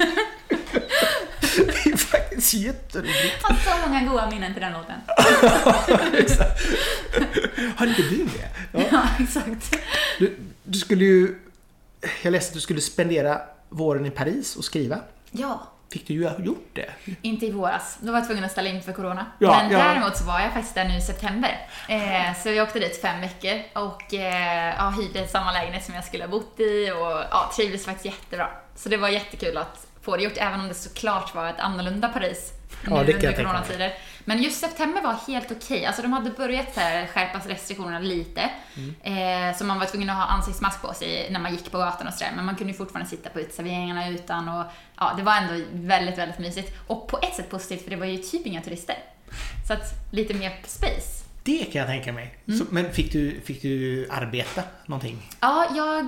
Det är faktiskt jätteroligt. Jag har så många goda minnen till den låten. Exakt. Har inte du det? Ja, exakt. Du skulle ju... Jag läste att du skulle spendera våren i Paris och skriva. Ja. Fick du ju gjort det? Inte i våras. Då var jag tvungen att ställa in för corona. Men däremot så var jag faktiskt där nu i september. Så jag åkte dit 5 veckor och hyrde samma lägenhet som jag skulle ha bott i och trivdes faktiskt jättebra. Så det var jättekul att få det gjort, även om det såklart var ett annorlunda Paris nu under coronatider. Men just september var helt okej. Alltså de hade börjat skärpa restriktionerna lite. Så man var tvungen att ha ansiktsmask på sig när man gick på gatan och sådär. Men man kunde ju fortfarande sitta på uteserveringarna utan. Och det var ändå väldigt, väldigt mysigt. Och på ett sätt positivt, för det var ju typ inga turister. Så att lite mer space. Det kan jag tänka mig. Men fick du arbeta någonting? Ja,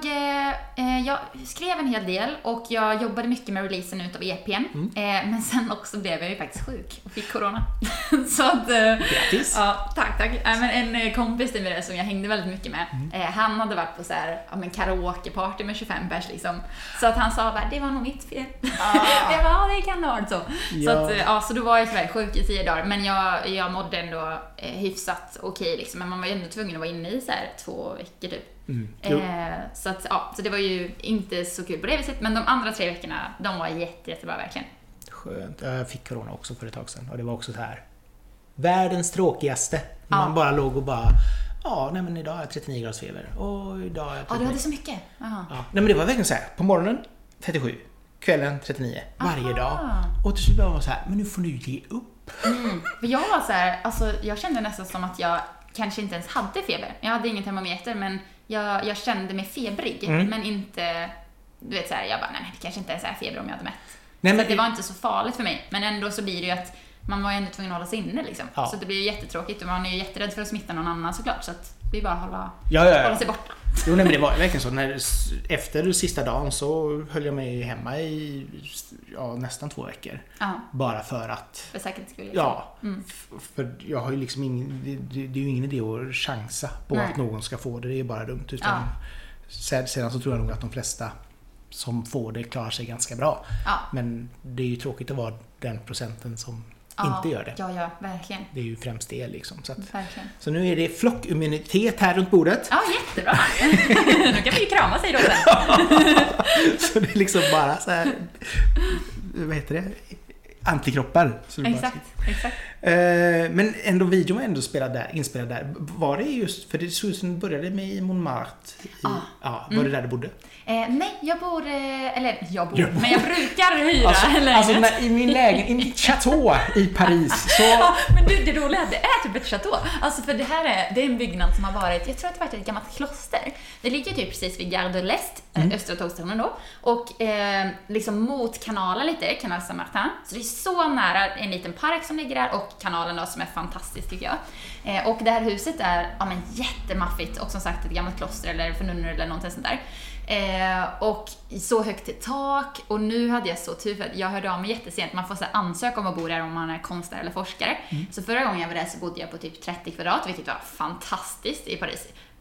jag skrev en hel del och jag jobbade mycket med releasen utav EPn. Men sen också blev jag ju faktiskt sjuk och fick corona. Så att... Grattis! Ja, tack. Men en kompis till mig som jag hängde väldigt mycket med, han hade varit på så här, karaokeparty med 25 pers liksom. Så att han sa bara, det var nog mitt fel. Jag bara, det kan det vara så. Ja. Så då var jag tyvärr sjuk i 10 dagar. Men jag mådde ändå hyfsat okej liksom, men man var ju ändå tvungen att vara inne i så här 2 veckor typ. Så det var ju inte så kul på det viset, men de andra 3 veckorna, de var jättebra verkligen. Skönt. Jag fick corona också för ett tag sedan och det var också så här världens tråkigaste. Man bara låg och bara men idag är jag 39 graders feber och idag är jag 39. Du hade så mycket. Ja. Nej, men det var verkligen så här, på morgonen 37, kvällen 39 varje dag. Och till slut var man så här, men nu får du ge upp. För jag var så här, alltså jag kände nästan som att jag kanske inte ens hade feber. Jag hade ingen termometer, men jag kände mig febrig, men inte, du vet så här, jag bara nej, det kanske inte ens är feber om jag hade mätt. Nej, men det var inte så farligt för mig, men ändå så blir det ju att man var ju ändå tvungen att hålla sig inne liksom. Så det blir ju jättetråkigt och man är ju jätterädd för att smitta någon annan såklart, så att vi bara hålla sig borta. Jo, nej, men det var verkligen så. Efter sista dagen så höll jag mig hemma i nästan 2 veckor. Bara för att... För säkerhets skull. Ja, för jag har ju liksom det är ju ingen idé att chansa på att någon ska få det. Det är bara dumt. Utan sedan så tror jag nog att de flesta som får det klarar sig ganska bra. Men det är ju tråkigt att vara den procenten som inte gör det. Ja, verkligen. Det är ju främst det liksom. Verkligen. Så nu är det flockimmunitet här runt bordet. Ja, jättebra. Nu kan vi ju krama sig då sen. Så det är liksom bara så här, vad heter det? Antikroppar. Så exakt. Men ändå videon var ändå inspelad där. Var det just, för det såg ut som det började med i Montmartre. Var det där du bodde? Nej, jag bor, men jag brukar hyra. Alltså i min lägenhet, i mitt chateau i Paris. Så... men det roliga är att det är typ ett chateau. Alltså för det är en byggnad som har varit, jag tror att det har varit ett gammalt kloster. Det ligger typ precis vid Gare de l'Est, östra tågstationen då. Och liksom mot kanalen lite, Canal Saint-Martin. Så det är så nära en liten park som ligger där och kanalen då som är fantastisk tycker jag. Och det här huset är jättemaffigt och som sagt ett gammalt kloster eller för nunnor eller någonting sånt där. Och så högt till tak. Och nu hade jag så tur för att jag hörde av mig jättesent. Man får så ansöka om att bo där om man är konstnär eller forskare. Så förra gången jag var där så bodde jag på typ 30 kvadrat, vilket var fantastiskt i Paris.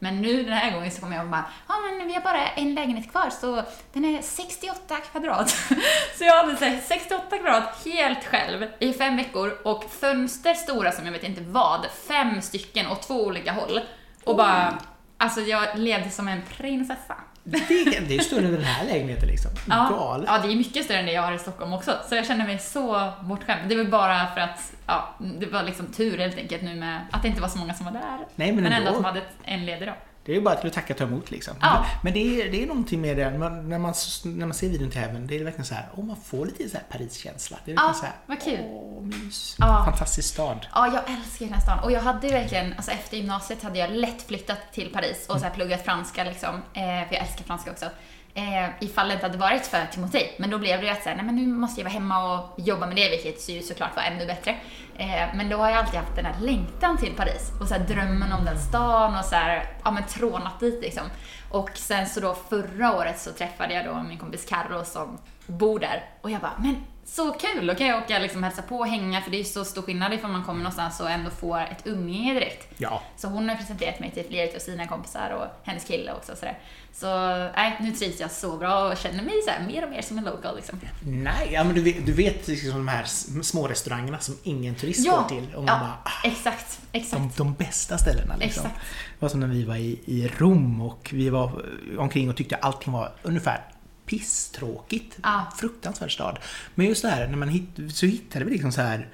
Men nu den här gången så kommer jag bara, men vi har bara en lägenhet kvar så den är 68 kvadrat. Så jag hade sagt 68 kvadrat helt själv i 5 veckor och fönster stora som jag vet inte vad, 5 stycken och 2 olika håll. Och bara, alltså jag levde som en prinsessa. Det är större än den här lägenheten liksom. Galet. Ja, det är mycket större än det jag har i Stockholm också. Så jag känner mig så bortskämd. Det var bara för att, det var liksom tur helt enkelt nu med att det inte var så många som var där. Nej, men ändå att de hade en ledig då. Det är ju bara till att tacka och ta emot liksom. Ja. Men det är någonting med det, när man ser videon till Heaven, det är verkligen så här, man får lite så här Paris-känsla. Det är verkligen så här, vad kul. Mys. Ja. Fantastisk stad. Ja, jag älskar den här stan. Och jag hade verkligen, alltså efter gymnasiet hade jag lätt flyttat till Paris och så här pluggat franska liksom. För jag älskar franska också. Ifall det inte hade varit för Timotej. Men då blev det ju att säga, nej men nu måste jag vara hemma och jobba med det, vilket ju såklart var ännu bättre. Men då har jag alltid haft den här längtan till Paris och så här drömmen om den stan och så här, trånat dit liksom. Och sen så då förra året så träffade jag då min kompis Carro som bor där. Och jag bara, men så kul, då kan jag åka liksom hälsa på och hänga, för det är ju så stor skillnad ifall man kommer någonstans och ändå får ett umgänge direkt. Ja. Så hon har presenterat mig till flera av sina kompisar och hennes kille också sådär. Så nu trivs jag så bra och känner mig så här, mer och mer som en local liksom. Nej, ja, men du vet liksom de här små restaurangerna som ingen turist går till. Och man bara, exakt. De bästa ställena liksom. Exakt. Det var som när vi var i Rom och vi var omkring och tyckte allting var ungefär pisstråkigt. Fruktansvärd stad. Men just det här, när man hittade vi liksom så här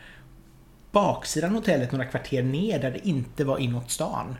baksidan hotellet några kvarter ner där det inte var inåt stan.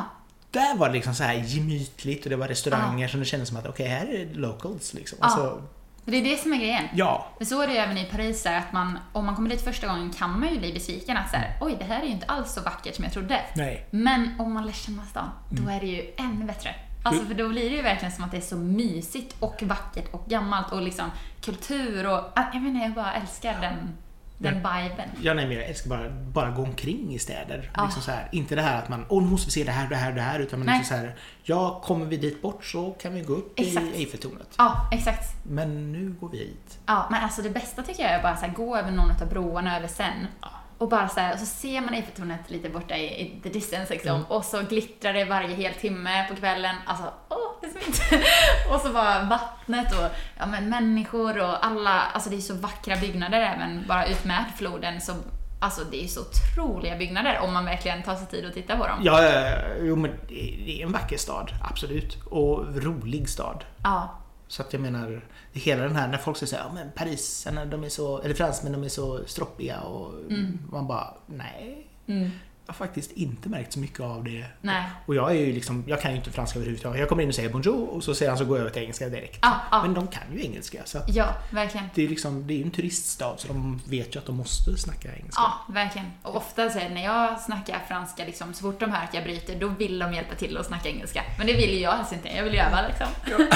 Där var det liksom så här gemytligt och det var restauranger som det kändes som att okej, här är det locals liksom. Alltså, det är det som är grejen. Ja. Men så är det även i Paris så här, att om man kommer dit första gången kan man ju bli besviken att så här, oj, det här är ju inte alls så vackert som jag trodde. Nej. Men om man lär känna stan, då är det ju ännu bättre. Alltså för då blir det ju verkligen som att det är så mysigt och vackert och gammalt och liksom kultur och jag bara älskar den viben. Ja, nej, men jag älskar bara gå omkring i städer. Liksom så här, inte det här att man, nu måste vi se det här, utan man liksom så här, kommer vi dit bort så kan vi gå upp i Eiffeltornet. Ja, exakt. Men nu går vi hit. Ja, men alltså det bästa tycker jag är bara så här, gå över någon av broarna över sen. Och bara så här, och så ser man Eiffeltornet lite borta i the distance liksom. Och så glittrar det varje hel timme på kvällen. Alltså, det är så fint. Och så bara vattnet och människor och alla, alltså det är så vackra byggnader även bara ut med floden, så alltså det är så otroliga byggnader om man verkligen tar sig tid att titta på dem. Ja, men det är en vacker stad, absolut. Och rolig stad. Ja. Så att jag menar, hela den här, när folk säger men parisarna, de är så, eller fransmän, de är så stroppiga och man bara, nej. Jag har faktiskt inte märkt så mycket av det. Nej. Och jag är ju liksom, jag kan ju inte franska överhuvudtaget. Jag kommer in och säger bonjour och så säger han så går jag över till engelska direkt. Men de kan ju engelska. Så att verkligen. Det är liksom, det är ju en turiststad så de vet ju att de måste snacka engelska. Ja, verkligen. Och ofta så när jag snackar franska liksom, så fort de hör att jag bryter, då vill de hjälpa till att snacka engelska. Men det vill ju jag alltså inte. Jag vill ju öva liksom.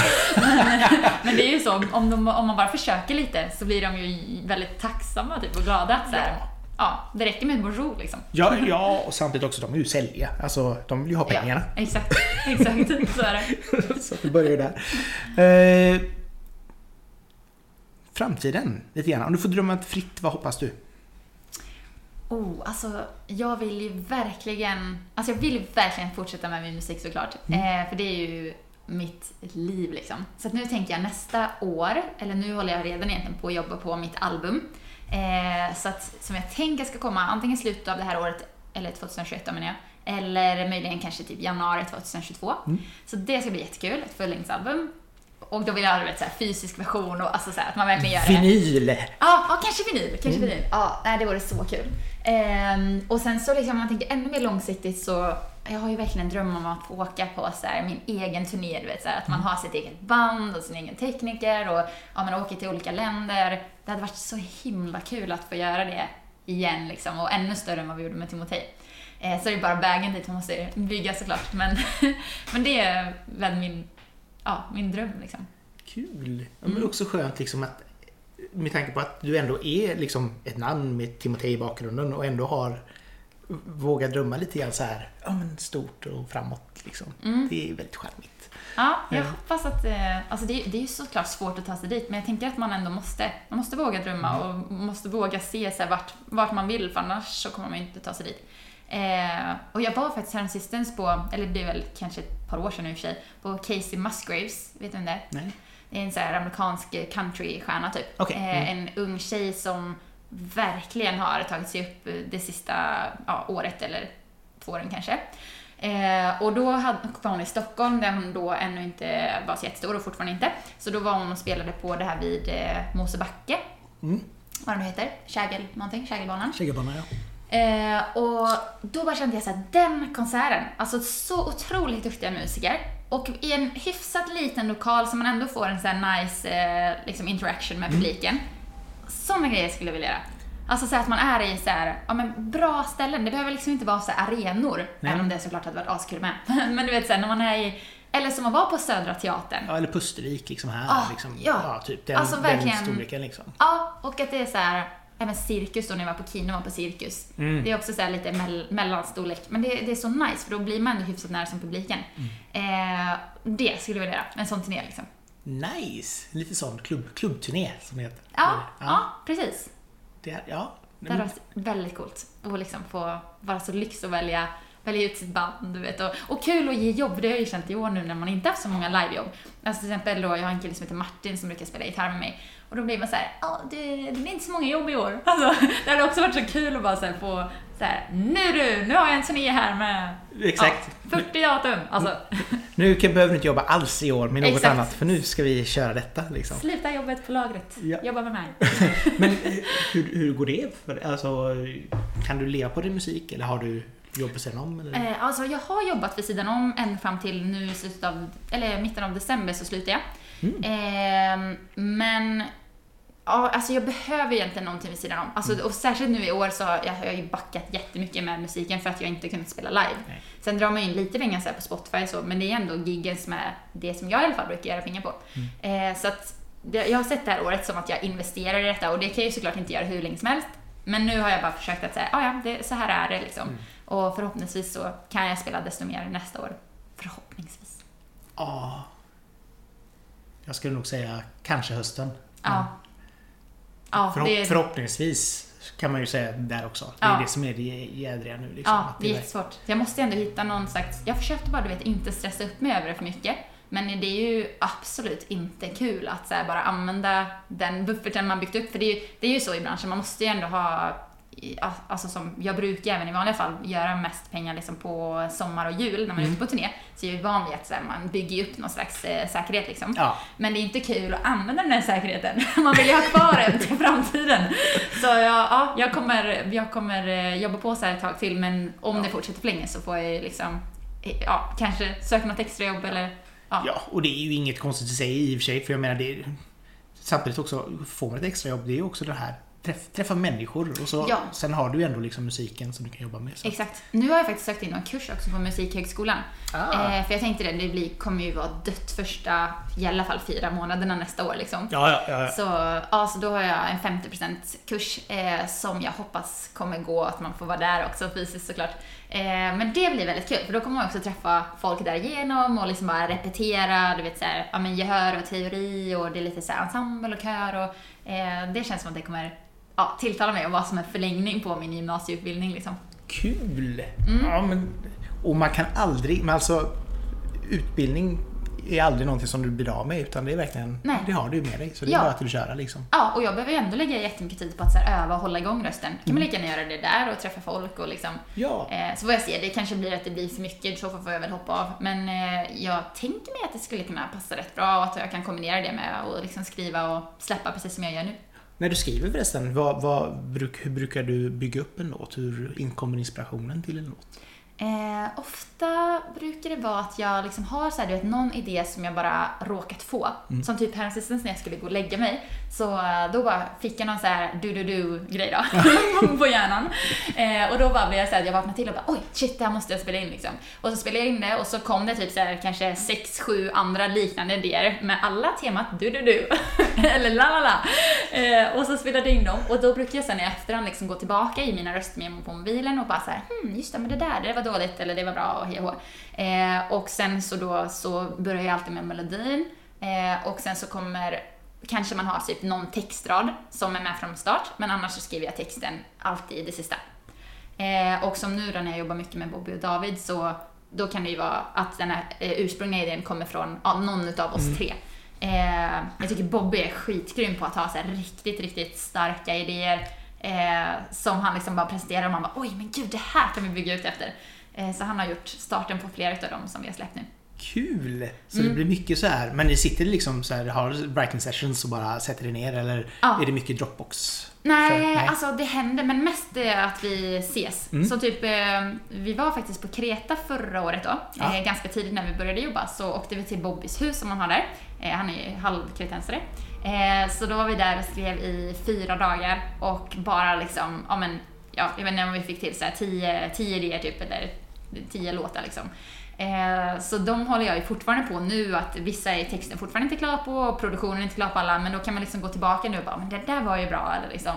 men det är ju så, om man bara försöker lite så blir de ju väldigt tacksamma typ, och glada att så här, det räcker med ett bonjour liksom. Ja, och samtidigt också, de är ju sälja. Alltså, de vill ju ha pengarna. Ja, exakt, så är det. Så vi börjar där. Framtiden, lite grann. Om du får drömma fritt, vad hoppas du? Alltså, jag vill ju verkligen fortsätta med min musik såklart. För det är ju mitt liv liksom. Så att nu tänker jag nästa år, eller nu håller jag redan egentligen på att jobba på mitt album. Så att, som jag tänker ska komma antingen i slutet av det här året eller 2021 menar jag, eller möjligen kanske typ januari 2022. Så det ska bli jättekul, ett fullängdsalbum. Och då vill jag ha en fysisk version och alltså så här, att man verkligen gör det. Vinyl. Ja, kanske vinyl. Ja, det vore så kul. Och sen så liksom, om man tänker ännu mer långsiktigt så jag har ju verkligen en dröm om att få åka på så här, min egen turné, du vet, så här, att man har sitt eget band och sin egen tekniker och man åker till olika länder. Det hade varit så himla kul att få göra det igen liksom, och ännu större än vad vi gjorde med Timotej. Så det är bara vägen dit man måste bygga såklart, men det är väl min dröm liksom. Kul. Men också skönt liksom att med tanke på att du ändå är liksom ett namn med Timotej i bakgrunden och ändå har vågat drömma lite grann så här, men stort och framåt liksom. Det är väldigt charmigt. Ja, jag hoppas att alltså det är ju såklart svårt att ta sig dit, men jag tänker att man ändå måste våga drömma och måste våga se så här vart man vill, för annars så kommer man inte ta sig dit. Och jag var faktiskt häromsistens på, eller det är väl kanske ett par år sedan i och för sig, på Casey Musgraves, vet du vem det är? Nej. Det är en så här amerikansk countrystjärna typ. Okay. En ung tjej som verkligen har tagit sig upp det sista året eller 2 åren kanske. Och då var hon i Stockholm där hon då ännu inte var så jättestor och fortfarande inte. Så då var hon och spelade på det här vid Mosebacke. Vad det nu heter? Kägelbanan. Kägelbanan, ja. Och då bara kände jag så här, den konserten, alltså så otroligt duktiga musiker och i en hyfsat liten lokal som man ändå får en så här nice liksom interaction med publiken. Sådana grejer skulle jag vilja göra. Alltså så att man är i så här, men bra ställen. Det behöver liksom inte vara så här arenor, även om det såklart hade varit askul med. Men du vet så här, när man är i, eller som att vara på Södra Teatern. Ja, eller Pustervik liksom här liksom. Ja, typ den, alltså, verkligen, den storleken liksom. Ja, och att det är så här, även cirkus då när jag var på Kino, var på cirkus. Det är också så här lite mellanstorlek, men det är så nice för då blir man ändå hyfsat nära som publiken. Det skulle jag vilja göra, en sån turné liksom. Nice, lite sån klubbturné som det heter. Ja, precis. Det var väldigt coolt att liksom få vara så lyx och välja ut sitt band, du vet. Och kul att ge jobb, det har jag ju känt i år nu när man inte haft så många livejobb. Alltså till exempel då, jag har en kille som heter Martin som brukar spela gitarr med mig. Och då blir man så här, det är inte så många jobb i år. Alltså, det hade också varit så kul att bara så här, få så här, nu har jag en turné här med 40 datum. Alltså. Nu behöver du inte jobba alls i år med något Exakt. annat, för nu ska vi köra detta liksom. Sluta jobbet på lagret. Jobba med mig. Men hur går det? Alltså, kan du leva på din musik eller har du jobb vid sidan om? Eller? Alltså jag har jobbat vid sidan om ända fram till nu mitten av december så slutar jag. Men alltså jag behöver egentligen någonting vid sidan om. Alltså, och särskilt nu i år så har jag ju backat jättemycket med musiken för att jag inte kunnat spela live. Nej. Sen drar man in lite pengar så här på Spotify så, men det är ändå giggen som är det som jag i alla fall brukar göra pengar på. Så att jag har sett det här året som att jag investerar i detta och det kan jag ju såklart inte göra hur länge som helst. Men nu har jag bara försökt att säga, så här är det liksom. Och förhoppningsvis så kan jag spela desto mer nästa år. Förhoppningsvis. Ja. Jag skulle nog säga kanske hösten. Ja. Förhoppningsvis kan man ju säga där också. Det är det som är det jädriga nu. Liksom, ja, det är jättesvårt. Jag måste ändå hitta någon slags... Jag försökte bara, inte stressa upp mig över det för mycket. Men det är ju absolut inte kul att så här, bara använda den bufferten man byggt upp. För det är ju så i branschen. Man måste ju ändå ha... Alltså som jag brukar även i vanliga fall göra mest pengar liksom på sommar och jul när man är ute på turné. Så jag är van vid att så här, man bygger upp någon slags säkerhet liksom. Ja. Men det är inte kul att använda den här säkerheten. Man vill ju ha kvar den till framtiden. Så jag kommer jobba på så här ett tag till. Men om det fortsätter för länge så får jag liksom kanske söka något extra jobb eller... Ja, och det är ju inget konstigt i sig i och för sig. För jag menar, det är, samtidigt också får man ett extra jobb, det är ju också det här träffa människor och så sen har du ändå liksom musiken som du kan jobba med. Så. Exakt. Nu har jag faktiskt sökt in en kurs också på Musikhögskolan. För jag tänkte det kommer ju vara dött första i alla fall 4 månaderna nästa år liksom. Ja. Så då har jag en 50% kurs som jag hoppas kommer gå att man får vara där också fysiskt såklart. Men det blir väldigt kul för då kommer man också träffa folk där igenom och liksom bara repetera, du vet så här, gehör och teori och det är lite så här ensemble och kör och det känns som att det kommer tilltala mig och vara som en förlängning på min gymnasieutbildning liksom. Kul! Ja, och man kan aldrig, men alltså utbildning är aldrig någonting som du blir av med utan det är verkligen, det har du ju med dig så det är bara att du köra liksom. Ja, och jag behöver ju ändå lägga jättemycket tid på att så här, öva och hålla igång rösten. Kan man lika gärna göra det där och träffa folk och liksom. Så får jag se, det kanske blir att det blir för mycket, så får jag väl hoppa av. Men jag tänker mig att det skulle kunna passa rätt bra och att jag kan kombinera det med att liksom skriva och släppa precis som jag gör nu. När du skriver förresten, hur brukar du bygga upp en låt? Hur kommer inspirationen till en låt? Ofta brukar det vara att jag liksom har så här, du vet, någon idé som jag bara råkat få. Som typ häromsistens när jag skulle gå och lägga mig. Så då bara fick jag någon så här du-grej då på hjärnan. Och då bara blev jag så här, jag vaknade till och bara, oj shit, det här måste jag spela in liksom. Och så spelade jag in det och så kom det typ så här, kanske 6-7 andra liknande idéer med alla temat du eller la. Och så spelade jag in dem och då brukar jag sen i efterhand liksom gå tillbaka i mina röstmemon på mobilen och bara så här, just det, men det var dåligt eller det var bra och hej och och sen så börjar jag alltid med melodin och sen så kommer kanske man har typ någon textrad som är med från start men annars så skriver jag texten alltid i det sista Och som nu då när jag jobbar mycket med Bobby och David, så då kan det ju vara att den här ursprungliga idén kommer från någon av oss tre. Jag tycker Bobby är skitgrym på att ha så här riktigt, riktigt starka idéer som han liksom bara presenterar och man bara, oj men gud, det här kan vi bygga ut efter. Så han har gjort starten på flera av dem som vi har släppt nu. Kul! Så det blir mycket så här, men ni sitter liksom så här, har writing sessions och bara sätter det ner, eller är det mycket Dropbox? Nej, alltså det händer, men mest att vi ses. Så typ, vi var faktiskt på Kreta förra året då, ganska tidigt när vi började jobba, så åkte vi till Bobbys hus som man har där. Han är ju halvkretensare. Så då var vi där och skrev i 4 dagar och bara liksom, jag vet inte om vi fick till så här 10 idéer typ, eller 10 låtar liksom. Så de håller jag ju fortfarande på nu, att vissa är texten fortfarande inte klar på och produktionen är inte klar på alla, men då kan man liksom gå tillbaka nu och bara, men det där var ju bra, eller liksom.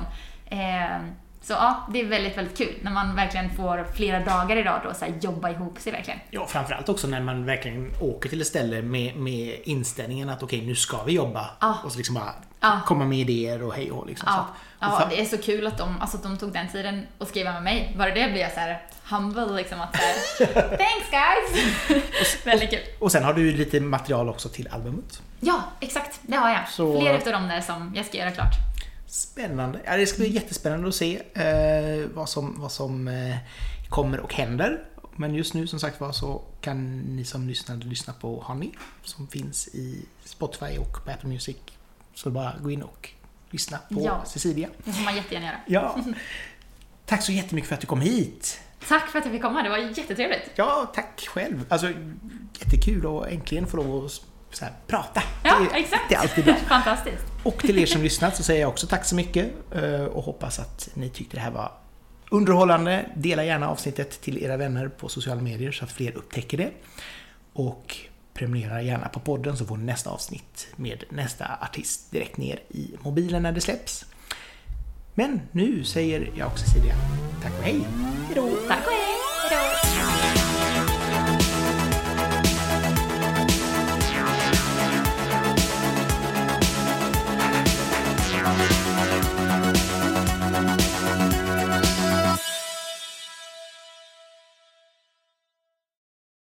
Så ja, det är väldigt, väldigt kul när man verkligen får flera dagar idag då så här, jobba ihop sig verkligen. Ja, framförallt också när man verkligen åker till ett ställe med inställningen att okej, nu ska vi jobba och så liksom bara komma med idéer och hej och liksom. Ja, det är så kul att de tog den tiden och skriva med mig. Bara det blir jag så här humble liksom, att så här, thanks guys! Väldigt kul. Och sen har du ju lite material också till albumet. Ja, exakt. Det har jag. Så... Fler utav dem där som jag ska göra klart. Spännande. Ja, det ska bli jättespännande att se vad som kommer och händer. Men just nu som sagt var så kan ni som lyssna på Honey som finns i Spotify och på Apple Music. Så bara gå in och lyssna på Cecilia. Det får man jättegärna göra. Ja. Tack så jättemycket för att du kom hit. Tack för att jag fick komma, det var jättetrevligt. Ja, tack själv. Alltså, jättekul att äntligen få lov att så här, prata. Ja, exakt. Det är alltid bra. Fantastiskt. Och till er som lyssnat så säger jag också tack så mycket och hoppas att ni tyckte det här var underhållande. Dela gärna avsnittet till era vänner på sociala medier så att fler upptäcker det. Och prenumerera gärna på podden så får ni nästa avsnitt med nästa artist direkt ner i mobilen när det släpps. Men nu säger jag och Cecilia tack och hej. Hejdå. Tack och hej. Hejdå.